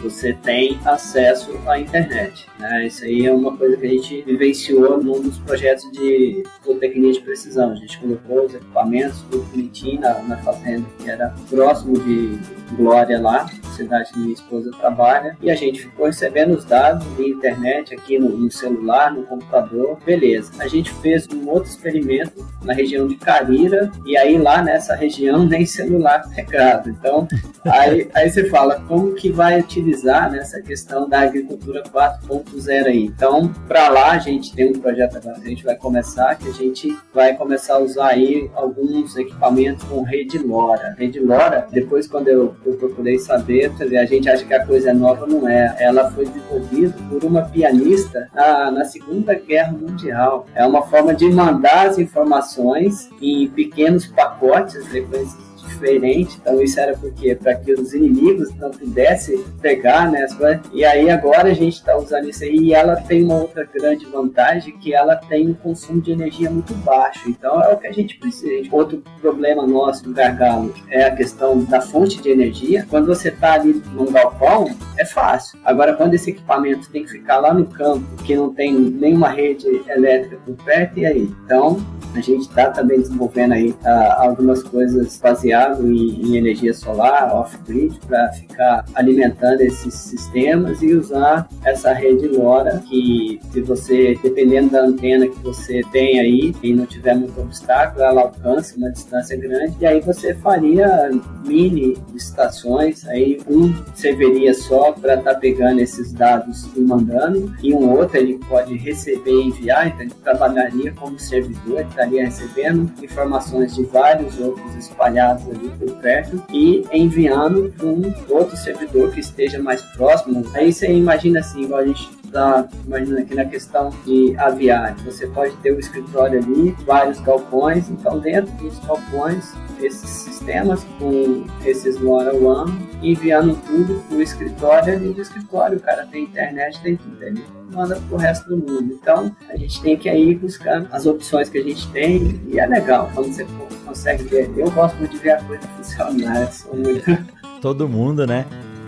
você tem acesso à internet, né? Isso aí é uma coisa que a gente vivenciou num dos projetos de zootecnia de precisão. A gente colocou os equipamentos tudo bonitinho na, na fazenda, que era próximo de Glória lá, cidade que minha esposa trabalha, e a gente ficou recebendo os dados via internet aqui no, no celular, no computador, beleza. A gente fez um outro experimento na região de Carira, e aí lá nessa região nem celular pegado. Então, aí, aí você fala, como que vai utilizar nessa questão da agricultura quatro ponto zero aí? Então, para lá a gente tem um projeto agora que a gente vai começar, que a gente vai começar a usar aí alguns equipamentos com rede LoRa. Rede LoRa, depois quando eu, eu procurei saber, a gente acha que a coisa é nova, não é. Ela foi desenvolvida por uma pianista na, na Segunda Guerra Mundial. É uma forma de mandar as informações em pequenos pacotes, frequências diferentes. Então isso era porque para que os inimigos não pudessem pegar, né, as coisas. E aí agora a gente está usando isso aí, e ela tem uma outra grande vantagem, que ela tem um consumo de energia muito baixo. Então é o que a gente precisa. Outro problema nosso do gargalo é a questão da fonte de energia. Quando você está ali num galpão, é fácil. Agora, quando esse equipamento tem que ficar lá no campo, que não tem nenhuma rede elétrica por perto, e aí? Então a gente está também desenvolvendo aí ah, algumas coisas baseadas em, em energia solar, off-grid, para ficar alimentando esses sistemas e usar essa rede LoRa, que se você, dependendo da antena que você tem aí e não tiver muito obstáculo, ela alcança uma distância grande, e aí você faria mini estações, aí um serviria só para estar tá pegando esses dados e mandando, e um outro ele pode receber e enviar, então ele trabalharia como servidor, ele estaria recebendo informações de vários outros espalhados ali por perto e enviando para um outro servidor que esteja mais próximo. Aí você imagina assim, igual a gente está imaginando aqui na questão de aviário, você pode ter o escritório ali, vários galpões, então dentro dos galpões, esses sistemas com esses LoRaWAN enviando tudo para o escritório, ali do escritório o cara tem internet, tem tudo ali, manda para o resto do mundo. Então a gente tem que ir buscar as opções que a gente tem, e é legal quando você consegue ver. Eu gosto muito de ver a coisa funcionar, sou muito... Todo mundo, né?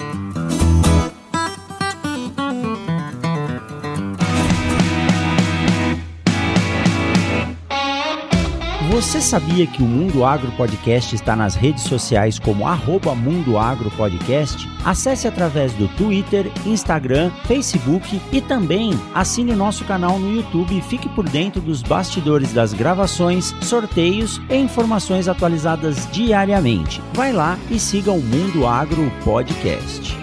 Você sabia que o Mundo Agro Podcast está nas redes sociais como arroba Mundo Agro Podcast? Acesse através do Twitter, Instagram, Facebook e também assine nosso canal no YouTube e fique por dentro dos bastidores das gravações, sorteios e informações atualizadas diariamente. Vai lá e siga o Mundo Agro Podcast.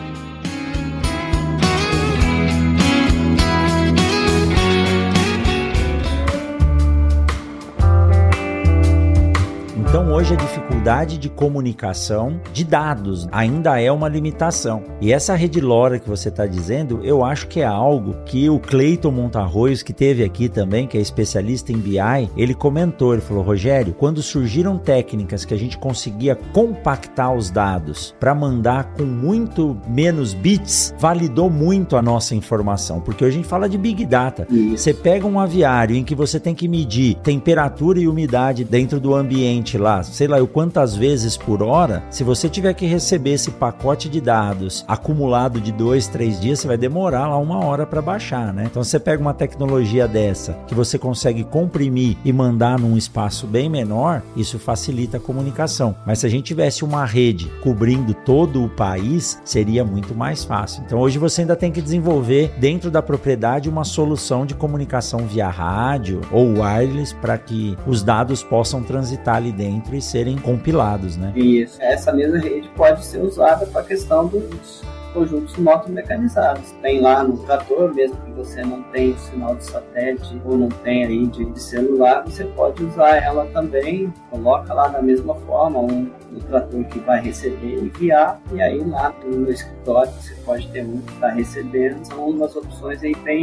Então hoje a dificuldade de comunicação de dados ainda é uma limitação. E essa rede LoRa que você está dizendo, eu acho que é algo que o Cleiton Montarroios, que teve aqui também, que é especialista em B I, ele comentou, ele falou, Rogério, quando surgiram técnicas que a gente conseguia compactar os dados para mandar com muito menos bits, validou muito a nossa informação, porque hoje a gente fala de Big Data. Isso. Você pega um aviário em que você tem que medir temperatura e umidade dentro do ambiente lá, sei lá, quantas vezes por hora, se você tiver que receber esse pacote de dados acumulado de dois, três dias, você vai demorar lá uma hora para baixar, né? Então você pega uma tecnologia dessa que você consegue comprimir e mandar num espaço bem menor, isso facilita a comunicação. Mas se a gente tivesse uma rede cobrindo todo o país, seria muito mais fácil. Então hoje você ainda tem que desenvolver dentro da propriedade uma solução de comunicação via rádio ou wireless para que os dados possam transitar ali dentro e serem compilados, né? Isso. Essa mesma rede pode ser usada para a questão dos conjuntos motomecanizados. Tem lá no trator, mesmo que você não tenha sinal de satélite ou não tenha aí de, de celular, você pode usar ela também, coloca lá da mesma forma um, um trator que vai receber e enviar, e aí lá no escritório você pode ter um que está recebendo. São umas opções aí bem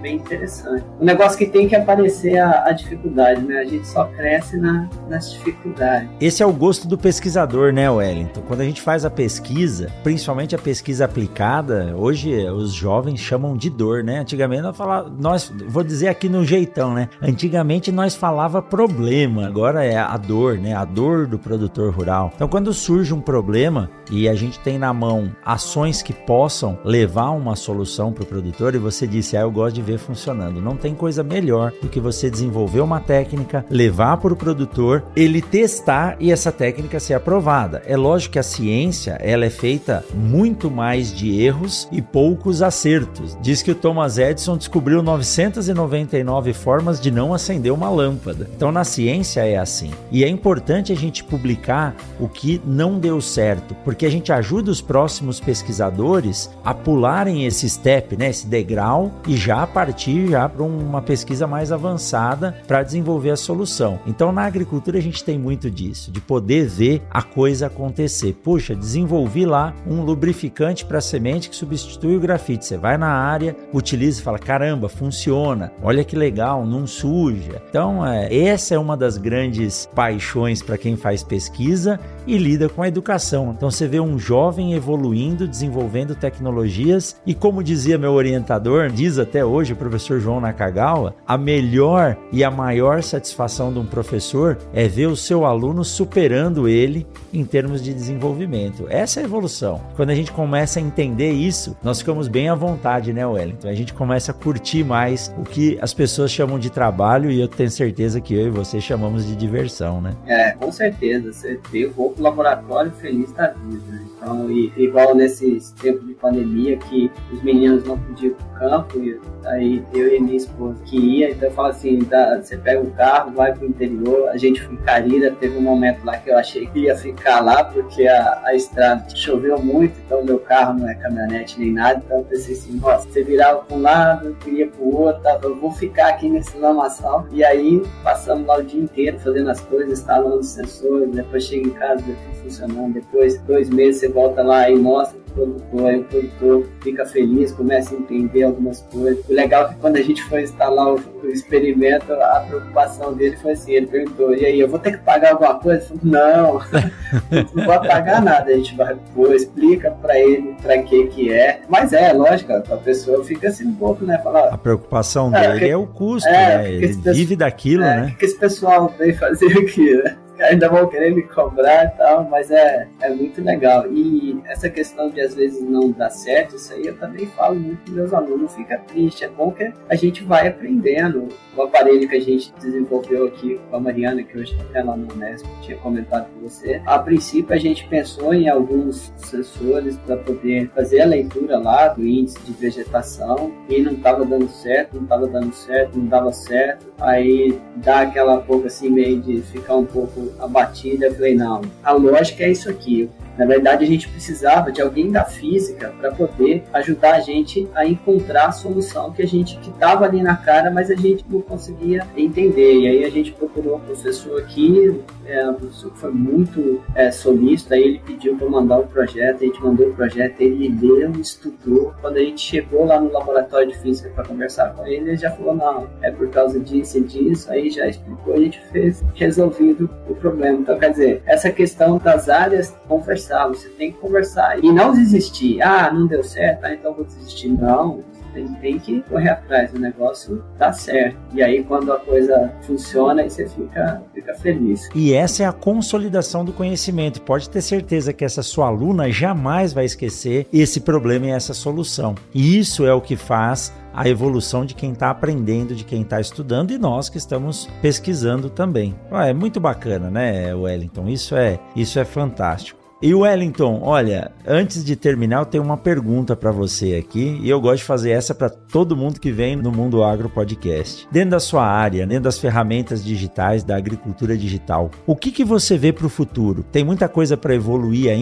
bem interessante. O negócio que tem que aparecer a, a dificuldade, né? A gente só cresce na, nas dificuldades. Esse é o gosto do pesquisador, né, Wellington? Quando a gente faz a pesquisa, principalmente a pesquisa aplicada, hoje os jovens chamam de dor, né? Antigamente nós falava, nós, vou dizer aqui no jeitão, né? Antigamente nós falava problema, agora é a dor, né? A dor do produtor rural. Então quando surge um problema e a gente tem na mão ações que possam levar uma solução para o produtor, e você disse, ah, eu gosto de ver funcionando. Não tem coisa melhor do que você desenvolver uma técnica, levar para o produtor, ele testar e essa técnica ser aprovada. É lógico que a ciência, ela é feita muito mais de erros e poucos acertos. Diz que o Thomas Edison descobriu novecentas e noventa e nove formas de não acender uma lâmpada. Então na ciência é assim. E é importante a gente publicar o que não deu certo, porque a gente ajuda os próximos pesquisadores a pularem esse step, né, esse degrau, e já partir já para uma pesquisa mais avançada para desenvolver a solução. Então na agricultura a gente tem muito disso, de poder ver a coisa acontecer. Puxa, desenvolvi lá um lubrificante para semente que substitui o grafite. Você vai na área, utiliza e fala, caramba, funciona, olha que legal, não suja. Então é, essa é uma das grandes paixões para quem faz pesquisa e lida com a educação. Então você vê um jovem evoluindo, desenvolvendo tecnologias, e como dizia meu orientador, diz até hoje o professor João Nakagawa, a melhor e a maior satisfação de um professor é ver o seu aluno superando ele em termos de desenvolvimento. Essa é a evolução. Quando a gente começa a entender isso, nós ficamos bem à vontade, né, Wellington? A gente começa a curtir mais o que as pessoas chamam de trabalho, e eu tenho certeza que eu e você chamamos de diversão, né? É, com certeza. Você vê, eu vou pro laboratório feliz da vida, né? Então, e, igual nesses tempos de pandemia que os meninos não podiam ir pro campo, e aí eu e minha esposa que ia, então eu falo assim, dá, você pega o carro, vai pro interior, a gente foi em Carira, teve um momento lá que eu achei que ia ficar lá, porque a, a estrada choveu muito, então meu carro não é caminhonete nem nada, então eu pensei assim, nossa, você virava para um lado, eu ia pro outro, tá, eu vou ficar aqui nesse lamaçal, e aí passamos lá o dia inteiro fazendo as coisas, instalando os sensores, depois chega em casa, tudo funcionando, depois dois meses você volta lá e mostra o produtor, aí o produtor fica feliz, começa a entender algumas coisas. O legal é que quando a gente foi instalar o, o experimento, a preocupação dele foi assim, ele perguntou, e aí, eu vou ter que pagar alguma coisa? Eu falei, não, não vai pagar nada, a gente vai, pô, explica pra ele pra que que é, mas é, lógico, a pessoa fica assim um pouco, né, falar, a preocupação é, dele que, é o custo, é, né, ele vive daquilo, é, né. O que, que esse pessoal veio fazer aqui, né? Ainda vão querer me cobrar e tal, mas é, é muito legal. E essa questão de às vezes não dar certo, isso aí eu também falo muito com meus alunos, não fica triste, é bom que a gente vai aprendendo. O aparelho que a gente desenvolveu aqui com a Mariana, que hoje está até lá no Unesp, tinha comentado com você, a princípio a gente pensou em alguns sensores para poder fazer a leitura lá do índice de vegetação, e não estava dando certo, não estava dando certo, não dava certo, aí dá aquela pouco assim meio de ficar um pouco abatida. Eu falei, não, a lógica é isso aqui. Na verdade, a gente precisava de alguém da física para poder ajudar a gente a encontrar a solução que a gente que estava ali na cara, mas a gente não conseguia entender. E aí a gente procurou um professor aqui, é, um professor que foi muito é, solícito, aí ele pediu para mandar o projeto, a gente mandou o projeto, ele leu, estudou. Quando a gente chegou lá no laboratório de física para conversar com ele, ele já falou, não, é por causa disso e disso, aí já explicou, a gente fez resolvido o problema. Então, quer dizer, essa questão das áreas, conversar, você tem que conversar e não desistir. Ah, não deu certo, ah, então vou desistir. Não, tem, tem que correr atrás, o negócio dá certo. E aí quando a coisa funciona, aí você fica, fica feliz. E essa é a consolidação do conhecimento. Pode ter certeza que essa sua aluna jamais vai esquecer esse problema e essa solução. E isso é o que faz a evolução de quem está aprendendo, de quem está estudando, e nós que estamos pesquisando também. Ah, é muito bacana, né, Wellington? Isso é, isso é fantástico. E Wellington, olha, antes de terminar, eu tenho uma pergunta para você aqui, e eu gosto de fazer essa para todo mundo que vem no Mundo Agro Podcast. Dentro da sua área, dentro das ferramentas digitais, da agricultura digital, o que, que você vê para o futuro? Tem muita coisa para evoluir ainda?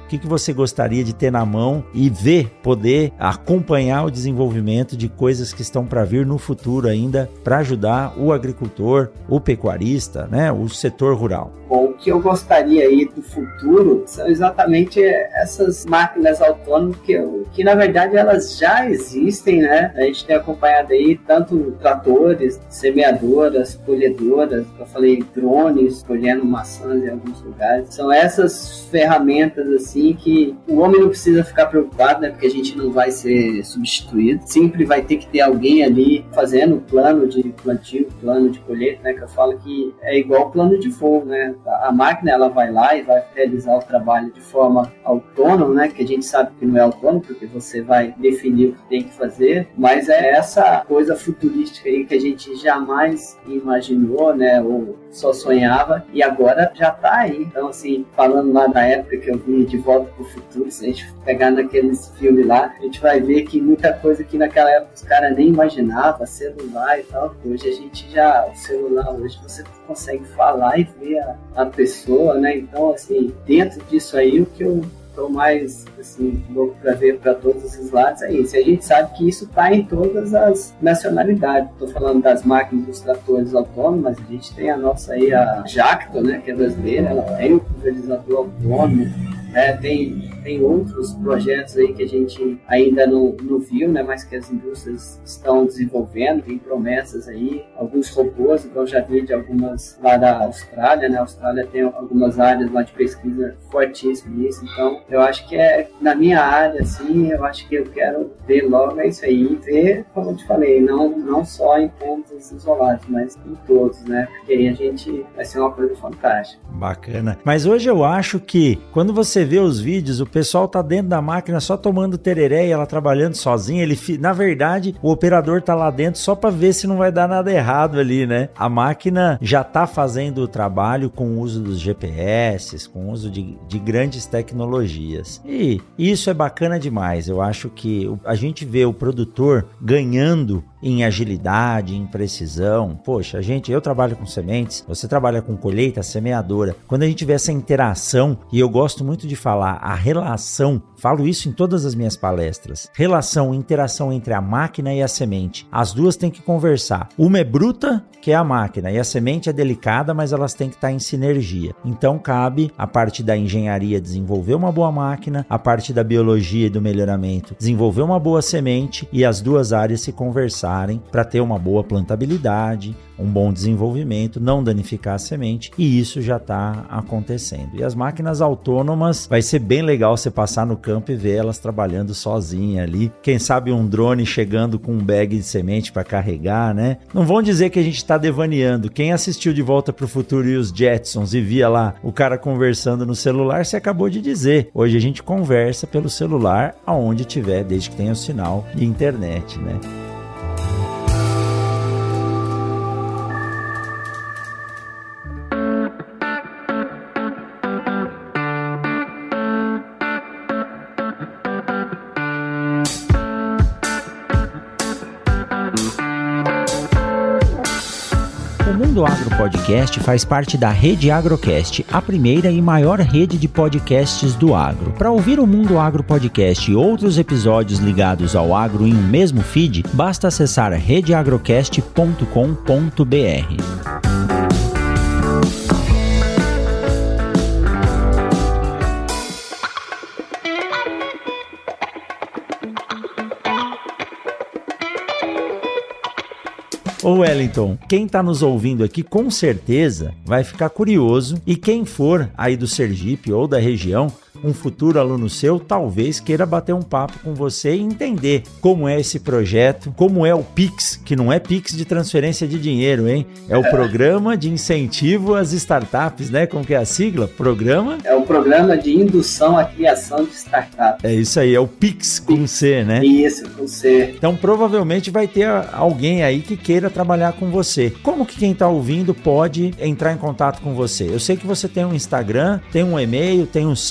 O que, que você gostaria de ter na mão e ver, poder acompanhar o desenvolvimento de coisas que estão para vir no futuro ainda para ajudar o agricultor, o pecuarista, né, o setor rural? Bom, o que eu gostaria aí do futuro são exatamente essas máquinas autônomas que, que na verdade elas já existem, né? A gente tem acompanhado aí tanto tratores, semeadoras, colhedoras, eu falei drones, colhendo maçãs em alguns lugares. São essas ferramentas assim que o homem não precisa ficar preocupado, né? Porque a gente não vai ser substituído. Sempre vai ter que ter alguém ali fazendo o plano de plantio, plano de colheita, né? Que eu falo que é igual o plano de voo, né? A máquina ela vai lá e vai realizar o trabalho de forma autônoma, né? Que a gente sabe que não é autônomo, porque você vai definir o que tem que fazer, mas é essa coisa futurística aí que a gente jamais imaginou, né? Ou só sonhava, e agora já tá aí. Então, assim, falando lá da época que eu vi De Volta pro Futuro, se a gente pegar naqueles filmes lá, a gente vai ver que muita coisa que naquela época os caras nem imaginavam, celular e tal, hoje a gente já, o celular hoje você consegue falar e ver a, a pessoa, né? Então, assim, dentro disso aí, o que eu tô mais, assim, louco para ver para todos esses lados é isso. E a gente sabe que isso tá em todas as nacionalidades. Tô falando das máquinas, dos tratores autônomos, mas a gente tem a nossa aí, a Jacto, né? Que é brasileira, ela tem o pulverizador autônomo, né? Tem... Tem outros projetos aí que a gente ainda não, não viu, né? Mas que as indústrias estão desenvolvendo, tem promessas aí, alguns robôs, igual eu já vi de algumas lá da Austrália, né? A Austrália tem algumas áreas lá de pesquisa fortíssimas nisso, então eu acho que é, na minha área, assim, eu acho que eu quero ver logo é isso aí, ver, como eu te falei, não, não só em pontos isolados, mas em todos, né? Porque aí a gente vai ser uma coisa fantástica. Bacana. Mas hoje eu acho que, quando você vê os vídeos, o pessoal tá dentro da máquina só tomando tereré e ela trabalhando sozinha. Ele, na verdade, o operador tá lá dentro só para ver se não vai dar nada errado ali, né? A máquina já tá fazendo o trabalho com o uso dos G P S, com o uso de, de grandes tecnologias. E isso é bacana demais. Eu acho que a gente vê o produtor ganhando em agilidade, em precisão. Poxa, gente, eu trabalho com sementes, você trabalha com colheita, semeadora. Quando a gente vê essa interação, e eu gosto muito de falar a relação, falo isso em todas as minhas palestras, relação, interação entre a máquina e a semente. As duas têm que conversar. Uma é bruta, que é a máquina, e a semente é delicada, mas elas têm que estar em sinergia. Então cabe a parte da engenharia desenvolver uma boa máquina, a parte da biologia e do melhoramento desenvolver uma boa semente, e as duas áreas se conversarem para ter uma boa plantabilidade, um bom desenvolvimento, não danificar a semente, e isso já está acontecendo. E as máquinas autônomas, vai ser bem legal você passar no campo e ver elas trabalhando sozinha ali. Quem sabe um drone chegando com um bag de semente para carregar, né? Não vão dizer que a gente está devaneando. Quem assistiu De Volta para o Futuro e os Jetsons e via lá o cara conversando no celular, você acabou de dizer. Hoje a gente conversa pelo celular aonde tiver, desde que tenha o sinal de internet, né? O Mundo Agro Podcast faz parte da Rede Agrocast, a primeira e maior rede de podcasts do agro. Para ouvir o Mundo Agro Podcast e outros episódios ligados ao agro em um mesmo feed, basta acessar rede agrocast ponto com ponto b r. Ô Wellington, quem está nos ouvindo aqui com certeza vai ficar curioso, e quem for aí do Sergipe ou da região, um futuro aluno seu talvez queira bater um papo com você e entender como é esse projeto, como é o Pix, que não é Pix de transferência de dinheiro, hein? É o Programa de Incentivo às Startups, né? Como que é a sigla? Programa? É o Programa de Indução à Criação de Startups. É isso aí, é o Pix com C, né? Isso, com C. Então provavelmente vai ter alguém aí que queira trabalhar com você. Como que quem está ouvindo pode entrar em contato com você? Eu sei que você tem um Instagram, tem um e-mail, tem um site,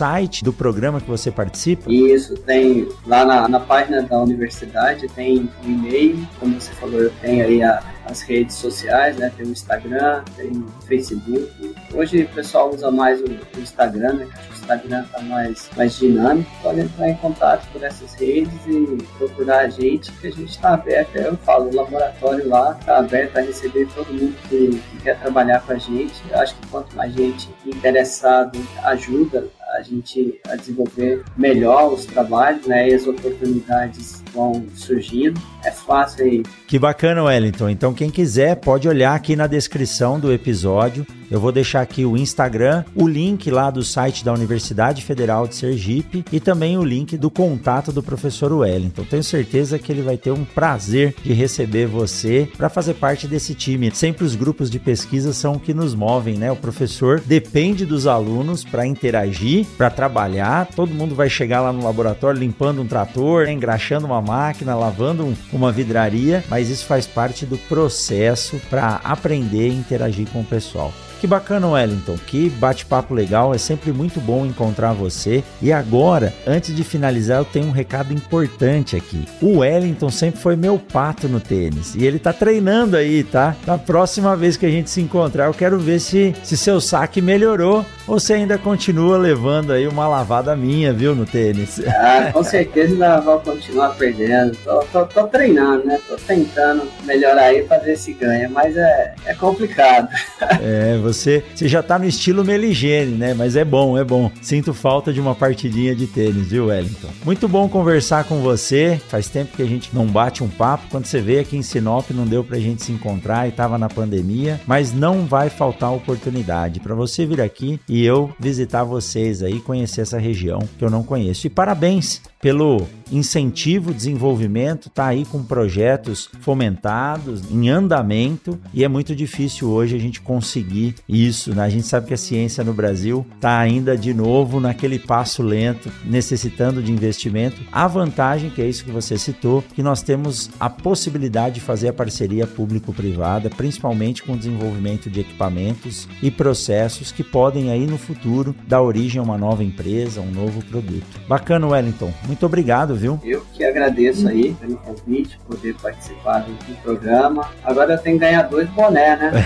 do programa que você participa? Isso, tem lá na, na página da universidade, tem um e-mail, como você falou, eu tenho aí a, as redes sociais, né? Tem o Instagram, tem o Facebook. Hoje o pessoal usa mais o, o Instagram, né? Acho que o Instagram está mais, mais dinâmico. Pode entrar em contato por essas redes e procurar a gente, que a gente está aberto. Eu falo, o laboratório lá está aberto a receber todo mundo que, que quer trabalhar com a gente. Eu acho que quanto mais gente interessada ajuda a gente a desenvolver melhor os trabalhos, né? E as oportunidades vão surgindo. É fácil aí. Que bacana, Wellington. Então, quem quiser pode olhar aqui na descrição do episódio. Eu vou deixar aqui o Instagram, o link lá do site da Universidade Federal de Sergipe e também o link do contato do professor Wellington. Tenho certeza que ele vai ter um prazer de receber você para fazer parte desse time. Sempre os grupos de pesquisa são o que nos movem, né? O professor depende dos alunos para interagir, para trabalhar. Todo mundo vai chegar lá no laboratório limpando um trator, engraxando uma máquina, lavando um, uma vidraria, mas isso faz parte do processo para aprender e interagir com o pessoal. Que bacana, Wellington, que bate-papo legal, é sempre muito bom encontrar você. E agora, antes de finalizar, eu tenho um recado importante aqui. O Wellington sempre foi meu pato no tênis e ele tá treinando aí, tá? Na próxima vez que a gente se encontrar, eu quero ver se, se seu saque melhorou ou se ainda continua levando aí uma lavada minha, viu, no tênis. Ah, com certeza ainda vou continuar perdendo. Tô, tô, tô treinando, né? Tô tentando melhorar aí pra ver se ganha, mas é, é complicado. É, você Você, você já tá no estilo Meligene, né? Mas é bom, é bom. Sinto falta de uma partidinha de tênis, viu, Wellington? Muito bom conversar com você. Faz tempo que a gente não bate um papo. Quando você veio aqui em Sinop, não deu pra gente se encontrar e tava na pandemia. Mas não vai faltar oportunidade para você vir aqui e eu visitar vocês aí, conhecer essa região que eu não conheço. E parabéns pelo incentivo, desenvolvimento, tá aí com projetos fomentados, em andamento, e é muito difícil hoje a gente conseguir isso, né? A gente sabe que a ciência no Brasil tá ainda de novo naquele passo lento, necessitando de investimento. A vantagem, que é isso que você citou, que nós temos a possibilidade de fazer a parceria público-privada, principalmente com o desenvolvimento de equipamentos e processos que podem aí no futuro dar origem a uma nova empresa, um novo produto. Bacana, Wellington. Muito obrigado, viu? Eu que agradeço aí pelo convite, poder participar do, do programa. Agora eu tenho que ganhar dois bonés, né?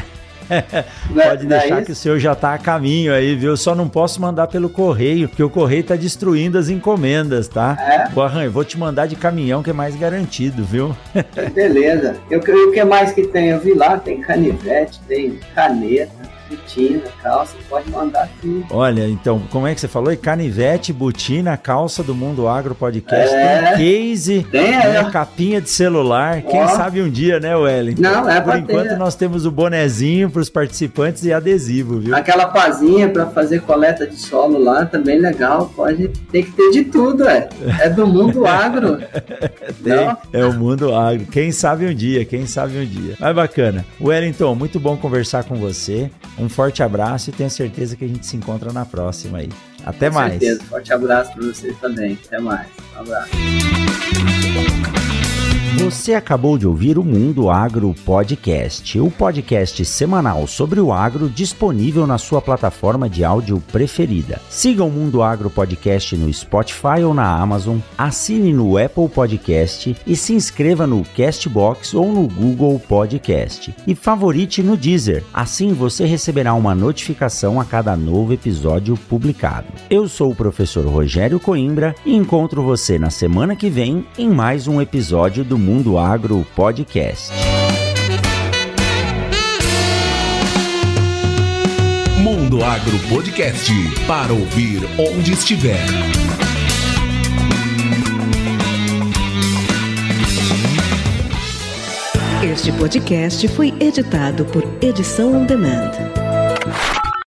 Pode deixar que o seu já tá a caminho aí, viu? Eu só não posso mandar pelo correio, porque o correio tá destruindo as encomendas, tá? É? Vou, arranjar, vou te mandar de caminhão, que é mais garantido, viu? Beleza. Eu, o que mais que tem? Eu vi lá, tem canivete, tem caneta, botina, calça, pode mandar tudo. Olha, então, como é que você falou? Canivete, botina, calça do Mundo Agro Podcast, é, tem case, tem, né, é. capinha de celular, ó. Quem sabe um dia, né, Wellington? Não, é Por pra enquanto ter. Nós temos o bonezinho para os participantes e adesivo, viu? Aquela pazinha para fazer coleta de solo lá, também legal, pode ter que ter de tudo, é. É do Mundo Agro. Tem, é o Mundo Agro. Quem sabe um dia, quem sabe um dia. Mas bacana. Wellington, muito bom conversar com você. Um forte abraço e tenho certeza que a gente se encontra na próxima aí. Até Com mais. Com certeza. Forte abraço para vocês também. Até mais. Um abraço. Você acabou de ouvir o Mundo Agro Podcast, o podcast semanal sobre o agro disponível na sua plataforma de áudio preferida. Siga o Mundo Agro Podcast no Spotify ou na Amazon, assine no Apple Podcast e se inscreva no Castbox ou no Google Podcast. E favorite no Deezer, assim você receberá uma notificação a cada novo episódio publicado. Eu sou o professor Rogério Coimbra e encontro você na semana que vem em mais um episódio do Mundo Agro Podcast. Mundo Agro Podcast, para ouvir onde estiver. Este podcast foi editado por Edição On Demand.